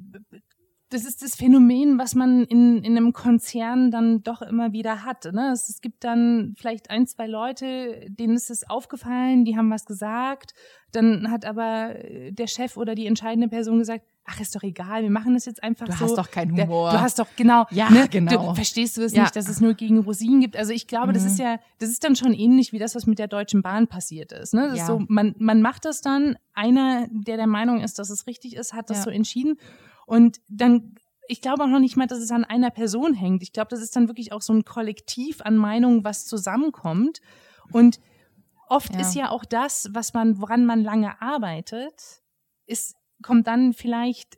das ist das Phänomen, was man in, in einem Konzern dann doch immer wieder hat. Ne? Es, es gibt dann vielleicht ein, zwei Leute, denen ist es aufgefallen, die haben was gesagt. Dann hat aber der Chef oder die entscheidende Person gesagt, ach, ist doch egal, wir machen das jetzt einfach Du so. hast doch keinen Der- Humor. Du hast doch, genau. Ja, ne? genau. Du, verstehst du es Ja. nicht, dass es nur gegen Rosinen gibt? Also ich glaube, das Mhm. ist ja, das ist dann schon ähnlich wie das, was mit der Deutschen Bahn passiert ist. Ne? Das Ja. ist so, man, man macht das dann, einer, der der Meinung ist, dass es richtig ist, hat das Ja. so entschieden. Und dann, ich glaube auch noch nicht mal, dass es an einer Person hängt. Ich glaube, das ist dann wirklich auch so ein Kollektiv an Meinungen, was zusammenkommt. Und oft Ja. ist ja auch das, was man, woran man lange arbeitet, ist, kommt dann vielleicht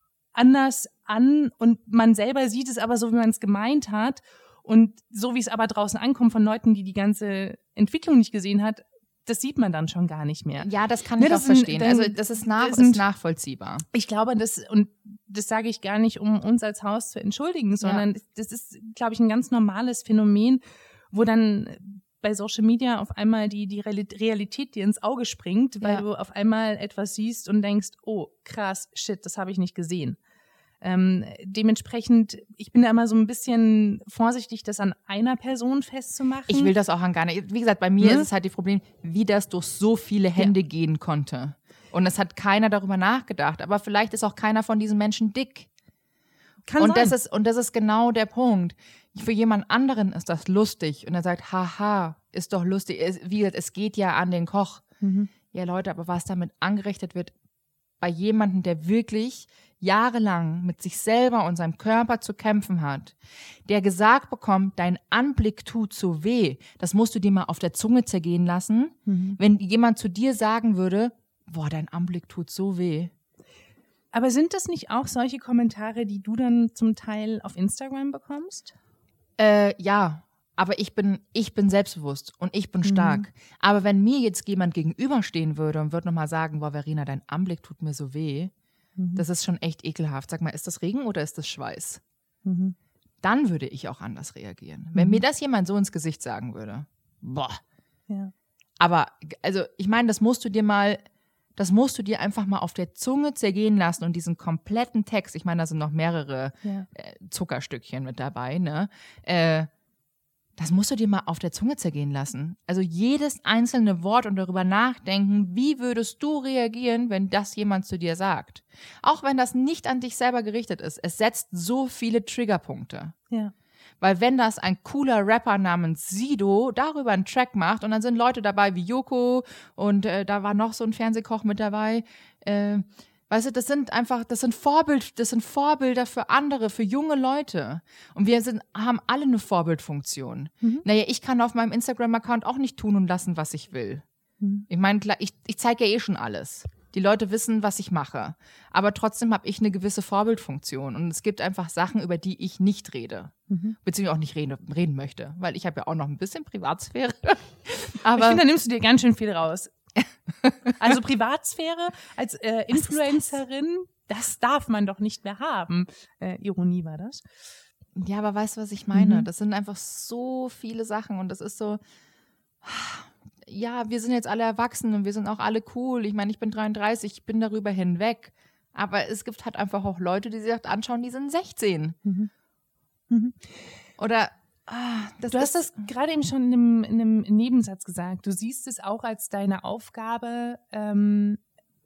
anders an und man selber sieht es aber so, wie man es gemeint hat. Und so wie es aber draußen ankommt von Leuten, die die ganze Entwicklung nicht gesehen hat, das sieht man dann schon gar nicht mehr. Ja, das kann Ne, ich auch das sind- verstehen. dann- Also das ist, nach, das sind- ist nachvollziehbar. Ich glaube, das, und das sage ich gar nicht, um uns als Haus zu entschuldigen, sondern das ist, glaube ich, ein ganz normales Phänomen, wo dann bei Social Media auf einmal die, die Reali- Realität dir ins Auge springt, weil Ja. du auf einmal etwas siehst und denkst, oh, krass, shit, das habe ich nicht gesehen. Ähm, dementsprechend, ich bin da immer so ein bisschen vorsichtig, das an einer Person festzumachen. Ich will das auch an gar nicht. Wie gesagt, bei mir Ne? ist es halt das Problem, wie das durch so viele Hände gehen konnte. Und es hat keiner darüber nachgedacht. Aber vielleicht ist auch keiner von diesen Menschen dick. Kann und, sein. das ist, und das ist genau der Punkt. Für jemand anderen ist das lustig. Und er sagt, haha, ist doch lustig. Es, wie gesagt, es geht ja an den Koch. Mhm. Ja, Leute, aber was damit angerichtet wird, bei jemandem, der wirklich jahrelang mit sich selber und seinem Körper zu kämpfen hat, der gesagt bekommt, dein Anblick tut so weh, das musst du dir mal auf der Zunge zergehen lassen, Mhm. wenn jemand zu dir sagen würde, boah, dein Anblick tut so weh. Aber sind das nicht auch solche Kommentare, die du dann zum Teil auf Instagram bekommst? Äh, ja, aber ich bin, ich bin selbstbewusst und ich bin stark. Aber wenn mir jetzt jemand gegenüberstehen würde und würde nochmal sagen, boah, Verena, dein Anblick tut mir so weh, Mhm. das ist schon echt ekelhaft. Sag mal, ist das Regen oder ist das Schweiß? Mhm. Dann würde ich auch anders reagieren. Wenn Mhm. mir das jemand so ins Gesicht sagen würde, boah. Ja. Aber, also, ich meine, das musst du dir mal, das musst du dir einfach mal auf der Zunge zergehen lassen und diesen kompletten Text, ich meine, da sind noch mehrere Ja. äh, Zuckerstückchen mit dabei, ne? Äh, das musst du dir mal auf der Zunge zergehen lassen. Also jedes einzelne Wort und darüber nachdenken, wie würdest du reagieren, wenn das jemand zu dir sagt. Auch wenn das nicht an dich selber gerichtet ist. Es setzt so viele Triggerpunkte. Ja. Weil wenn das ein cooler Rapper namens Sido darüber einen Track macht und dann sind Leute dabei wie Joko und äh, da war noch so ein Fernsehkoch mit dabei, äh, weißt du, das sind einfach, das sind Vorbild, das sind Vorbilder für andere, für junge Leute. Und wir sind, haben alle eine Vorbildfunktion. Mhm. Naja, ich kann auf meinem Instagram-Account auch nicht tun und lassen, was ich will. Mhm. Ich meine, ich, ich zeige ja eh schon alles. Die Leute wissen, was ich mache. Aber trotzdem habe ich eine gewisse Vorbildfunktion. Und es gibt einfach Sachen, über die ich nicht rede. Mhm. Beziehungsweise auch nicht reden, reden möchte. Weil ich habe ja auch noch ein bisschen Privatsphäre. Aber ich finde, da nimmst du dir ganz schön viel raus. Also Privatsphäre als äh, Influencerin, das? das darf man doch nicht mehr haben. Äh, Ironie war das. Ja, aber weißt du, was ich meine? Mhm. Das sind einfach so viele Sachen. Und das ist so... Ja, wir sind jetzt alle erwachsen und wir sind auch alle cool. Ich meine, ich bin dreiunddreißig, ich bin darüber hinweg. Aber es gibt halt einfach auch Leute, die sich halt anschauen, die sind sechzehn. Mhm. Mhm. Oder, ah, das du hast das gerade eben schon in einem, in einem Nebensatz gesagt. Du siehst es auch als deine Aufgabe, ähm,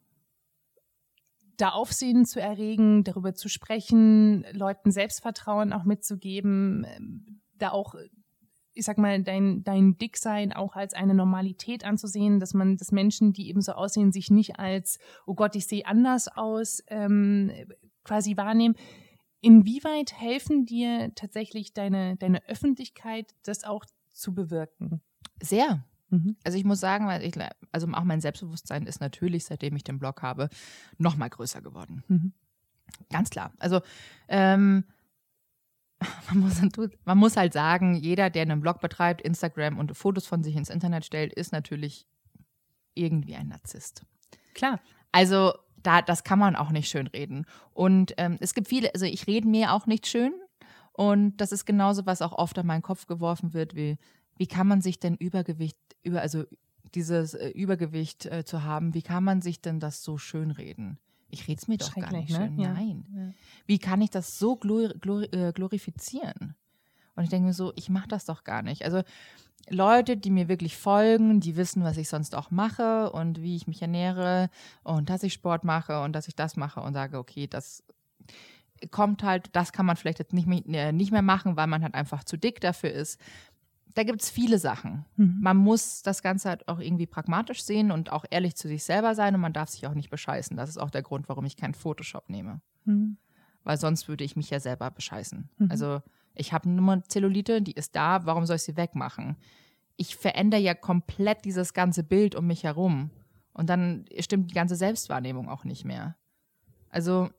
da Aufsehen zu erregen, darüber zu sprechen, Leuten Selbstvertrauen auch mitzugeben, da auch, ich sag mal, dein, dein Dicksein auch als eine Normalität anzusehen, dass man, dass Menschen, die eben so aussehen, sich nicht als, oh Gott, ich sehe anders aus, ähm, quasi wahrnehmen. Inwieweit helfen dir tatsächlich deine, deine Öffentlichkeit, das auch zu bewirken? Sehr. Mhm. Also ich muss sagen, weil ich, also auch mein Selbstbewusstsein ist natürlich, seitdem ich den Blog habe, noch mal größer geworden. Mhm. Ganz klar. Also ähm, Man muss, man muss halt sagen, jeder, der einen Blog betreibt, Instagram und Fotos von sich ins Internet stellt, ist natürlich irgendwie ein Narzisst. Klar. Also da, das kann man auch nicht schön reden. Und ähm, es gibt viele, also ich rede mir auch nicht schön. Und das ist genauso, was auch oft an meinen Kopf geworfen wird, wie, wie kann man sich denn Übergewicht, über, also dieses äh, Übergewicht äh, zu haben, wie kann man sich denn das so schön reden? Ich rede es mir doch gar nicht schön. Ne? Ja. Nein. Ja. Wie kann ich das so glor glor äh, glorifizieren? Und ich denke mir so, ich mache das doch gar nicht. Also Leute, die mir wirklich folgen, die wissen, was ich sonst auch mache und wie ich mich ernähre und dass ich Sport mache und dass ich das mache und sage, okay, das kommt halt, das kann man vielleicht jetzt nicht mehr, nicht mehr machen, weil man halt einfach zu dick dafür ist. Da gibt es viele Sachen. Mhm. Man muss das Ganze halt auch irgendwie pragmatisch sehen und auch ehrlich zu sich selber sein und man darf sich auch nicht bescheißen. Das ist auch der Grund, warum ich keinen Photoshop nehme. Mhm. Weil sonst würde ich mich ja selber bescheißen. Mhm. Also ich habe nur Zellulite, die ist da, warum soll ich sie wegmachen? Ich verändere ja komplett dieses ganze Bild um mich herum. Und dann stimmt die ganze Selbstwahrnehmung auch nicht mehr. Also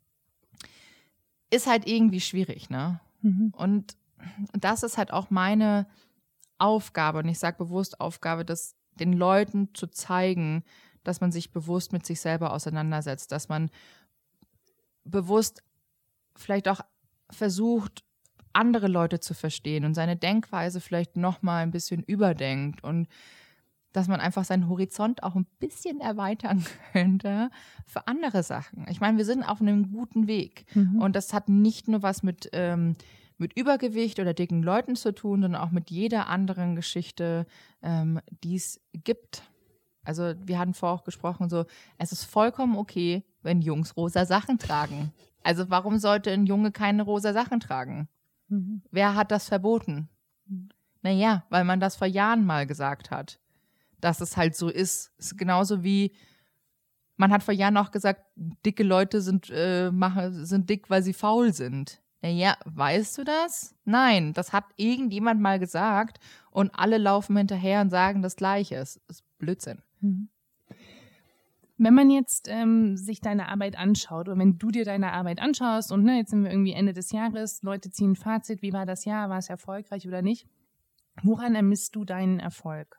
ist halt irgendwie schwierig, ne? Mhm. Und das ist halt auch meine Aufgabe, und ich sage bewusst Aufgabe, das den Leuten zu zeigen, dass man sich bewusst mit sich selber auseinandersetzt, dass man bewusst vielleicht auch versucht, andere Leute zu verstehen und seine Denkweise vielleicht nochmal ein bisschen überdenkt und dass man einfach seinen Horizont auch ein bisschen erweitern könnte für andere Sachen. Ich meine, wir sind auf einem guten Weg. Mhm. Und das hat nicht nur was mit, ähm, mit Übergewicht oder dicken Leuten zu tun, sondern auch mit jeder anderen Geschichte, ähm, die es gibt. Also wir hatten vorher auch gesprochen, so, es ist vollkommen okay, wenn Jungs rosa Sachen tragen. Also warum sollte ein Junge keine rosa Sachen tragen? Mhm. Wer hat das verboten? Mhm. Naja, weil man das vor Jahren mal gesagt hat, dass es halt so ist. Es ist genauso wie, man hat vor Jahren auch gesagt, dicke Leute sind, äh, machen, sind dick, weil sie faul sind. Naja, weißt du das? Nein, das hat irgendjemand mal gesagt und alle laufen hinterher und sagen das Gleiche. Es ist Blödsinn. Mhm. Wenn man jetzt ähm, sich deine Arbeit anschaut oder wenn du dir deine Arbeit anschaust und ne, jetzt sind wir irgendwie Ende des Jahres, Leute ziehen ein Fazit, wie war das Jahr, war es erfolgreich oder nicht? Woran ermisst du deinen Erfolg?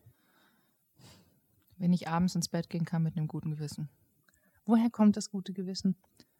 Wenn ich abends ins Bett gehen kann mit einem guten Gewissen. Woher kommt das gute Gewissen?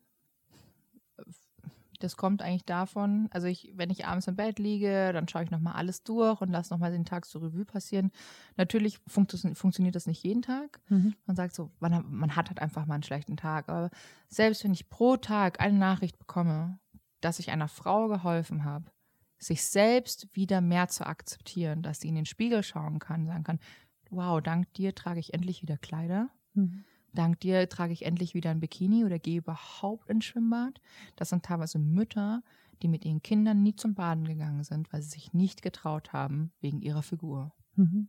Das kommt eigentlich davon, also ich, wenn ich abends im Bett liege, dann schaue ich nochmal alles durch und lasse nochmal den Tag zur Revue passieren. Natürlich funkt- funktioniert das nicht jeden Tag. Mhm. Man sagt so, man, man hat halt einfach mal einen schlechten Tag. Aber selbst wenn ich pro Tag eine Nachricht bekomme, dass ich einer Frau geholfen habe, sich selbst wieder mehr zu akzeptieren, dass sie in den Spiegel schauen kann, sagen kann, wow, dank dir trage ich endlich wieder Kleider. Mhm. Dank dir trage ich endlich wieder ein Bikini oder gehe überhaupt ins Schwimmbad. Das sind teilweise Mütter, die mit ihren Kindern nie zum Baden gegangen sind, weil sie sich nicht getraut haben wegen ihrer Figur. Mhm.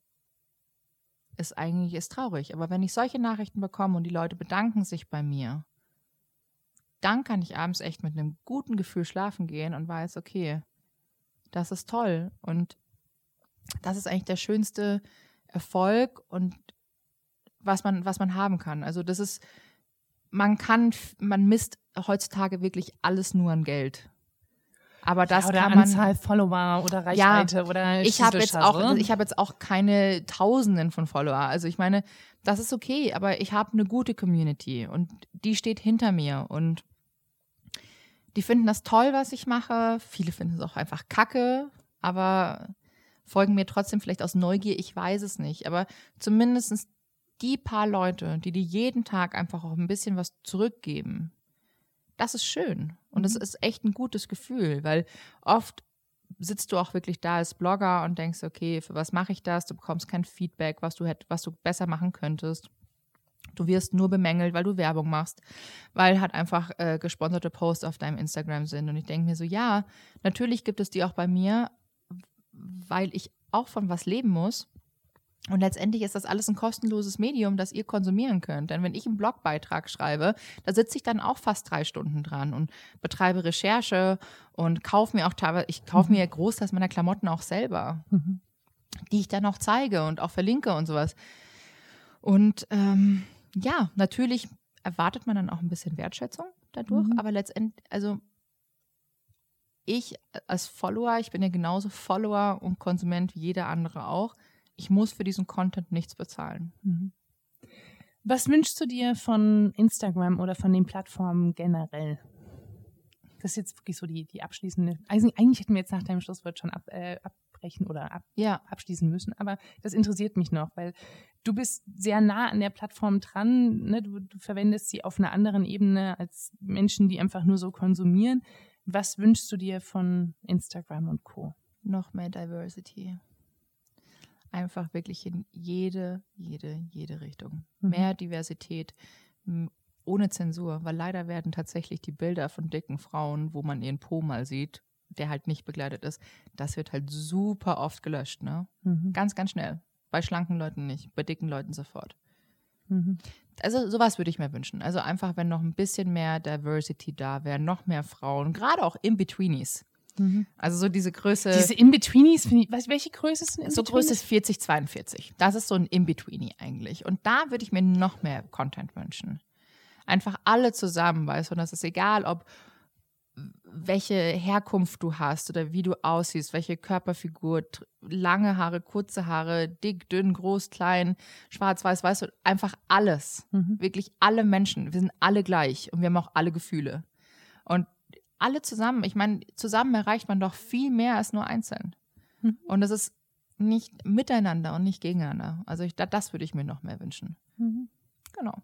Ist eigentlich ist traurig. Aber wenn ich solche Nachrichten bekomme und die Leute bedanken sich bei mir, dann kann ich abends echt mit einem guten Gefühl schlafen gehen und weiß, okay, das ist toll. Und das ist eigentlich der schönste Erfolg und was man, was man haben kann. Also das ist, man kann, man misst heutzutage wirklich alles nur an Geld. Aber das ja, oder kann man, Anzahl Follower oder Reichweite ja, oder ich habe jetzt auch, ich habe jetzt auch keine Tausenden von Follower. Also ich meine, das ist okay, aber ich habe eine gute Community und die steht hinter mir und die finden das toll, was ich mache. Viele finden es auch einfach kacke, aber folgen mir trotzdem vielleicht aus Neugier. Ich weiß es nicht, aber zumindest die paar Leute, die dir jeden Tag einfach auch ein bisschen was zurückgeben, das ist schön. Und das ist echt ein gutes Gefühl, weil oft sitzt du auch wirklich da als Blogger und denkst, okay, für was mache ich das? Du bekommst kein Feedback, was du hätt, was du besser machen könntest. Du wirst nur bemängelt, weil du Werbung machst, weil halt einfach äh, gesponserte Posts auf deinem Instagram sind. Und ich denke mir so, ja, natürlich gibt es die auch bei mir, weil ich auch von was leben muss. Und letztendlich ist das alles ein kostenloses Medium, das ihr konsumieren könnt. Denn wenn ich einen Blogbeitrag schreibe, da sitze ich dann auch fast drei Stunden dran und betreibe Recherche und kaufe mir auch teilweise, ich kaufe mhm. mir Großteils meiner Klamotten auch selber, mhm. die ich dann auch zeige und auch verlinke und sowas. Und ähm, ja, natürlich erwartet man dann auch ein bisschen Wertschätzung dadurch, mhm. aber letztendlich, also ich als Follower, ich bin ja genauso Follower und Konsument wie jeder andere auch, ich muss für diesen Content nichts bezahlen. Mhm. Was wünschst du dir von Instagram oder von den Plattformen generell? Das ist jetzt wirklich so die, die abschließende. Also eigentlich hätten wir jetzt nach deinem Schlusswort schon ab, äh, abbrechen oder ab, ja. abschließen müssen, aber das interessiert mich noch, weil du bist sehr nah an der Plattform dran, ne? du, du verwendest sie auf einer anderen Ebene als Menschen, die einfach nur so konsumieren. Was wünschst du dir von Instagram und Co.? Noch mehr Diversity. Einfach wirklich in jede, jede, jede Richtung. Mhm. Mehr Diversität, ohne Zensur, weil leider werden tatsächlich die Bilder von dicken Frauen, wo man ihren Po mal sieht, der halt nicht begleitet ist, das wird halt super oft gelöscht, ne? Mhm. Ganz, ganz schnell. Bei schlanken Leuten nicht, bei dicken Leuten sofort. Mhm. Also sowas würde ich mir wünschen. Also einfach, wenn noch ein bisschen mehr Diversity da wäre, noch mehr Frauen, gerade auch In-Betweenies. Mhm. Also so diese Größe. Diese In-Betweenies, finde ich, weißt, welche Größe ist denn In-Betweenies? So Größe ist vierzig, zweiundvierzig. Das ist so ein In-Betweenie eigentlich. Und da würde ich mir noch mehr Content wünschen. Einfach alle zusammen, weißt du, und das ist egal, ob welche Herkunft du hast oder wie du aussiehst, welche Körperfigur, lange Haare, kurze Haare, dick, dünn, groß, klein, schwarz, weiß, weißt du, einfach alles. Mhm. Wirklich alle Menschen. Wir sind alle gleich und wir haben auch alle Gefühle. Und alle zusammen, ich meine, zusammen erreicht man doch viel mehr als nur einzeln. Mhm. Und das ist nicht miteinander und nicht gegeneinander. Also ich, das würde ich mir noch mehr wünschen. Mhm. Genau.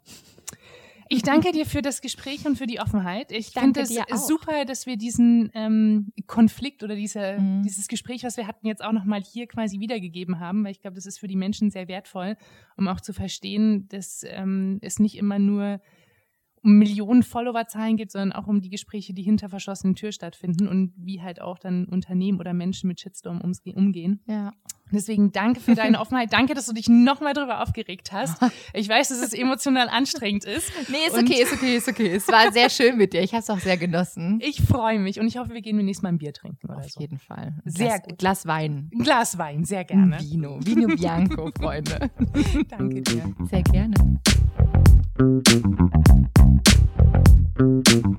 Ich danke dir für das Gespräch und für die Offenheit. Ich finde es super, dass wir diesen ähm, Konflikt oder diese, mhm. dieses Gespräch, was wir hatten, jetzt auch nochmal hier quasi wiedergegeben haben, weil ich glaube, das ist für die Menschen sehr wertvoll, um auch zu verstehen, dass ähm, es nicht immer nur um Millionen Followerzahlen geht, sondern auch um die Gespräche, die hinter verschlossenen Türen stattfinden und wie halt auch dann Unternehmen oder Menschen mit Shitstorm umgehen. Ja. Deswegen danke für deine Offenheit. Danke, dass du dich nochmal drüber aufgeregt hast. Ich weiß, dass es emotional anstrengend ist. Nee, ist und okay, ist okay, ist okay. Es war sehr schön mit dir. Ich habe es auch sehr genossen. Ich freue mich und ich hoffe, wir gehen nächstes Mal ein Bier trinken oder Auf so. Auf jeden Fall. Ein sehr Glas, gut. Glas Wein. Ein Glas Wein, sehr gerne. Vino. Vino Bianco, Freunde. Danke dir. Sehr gerne. Thank you.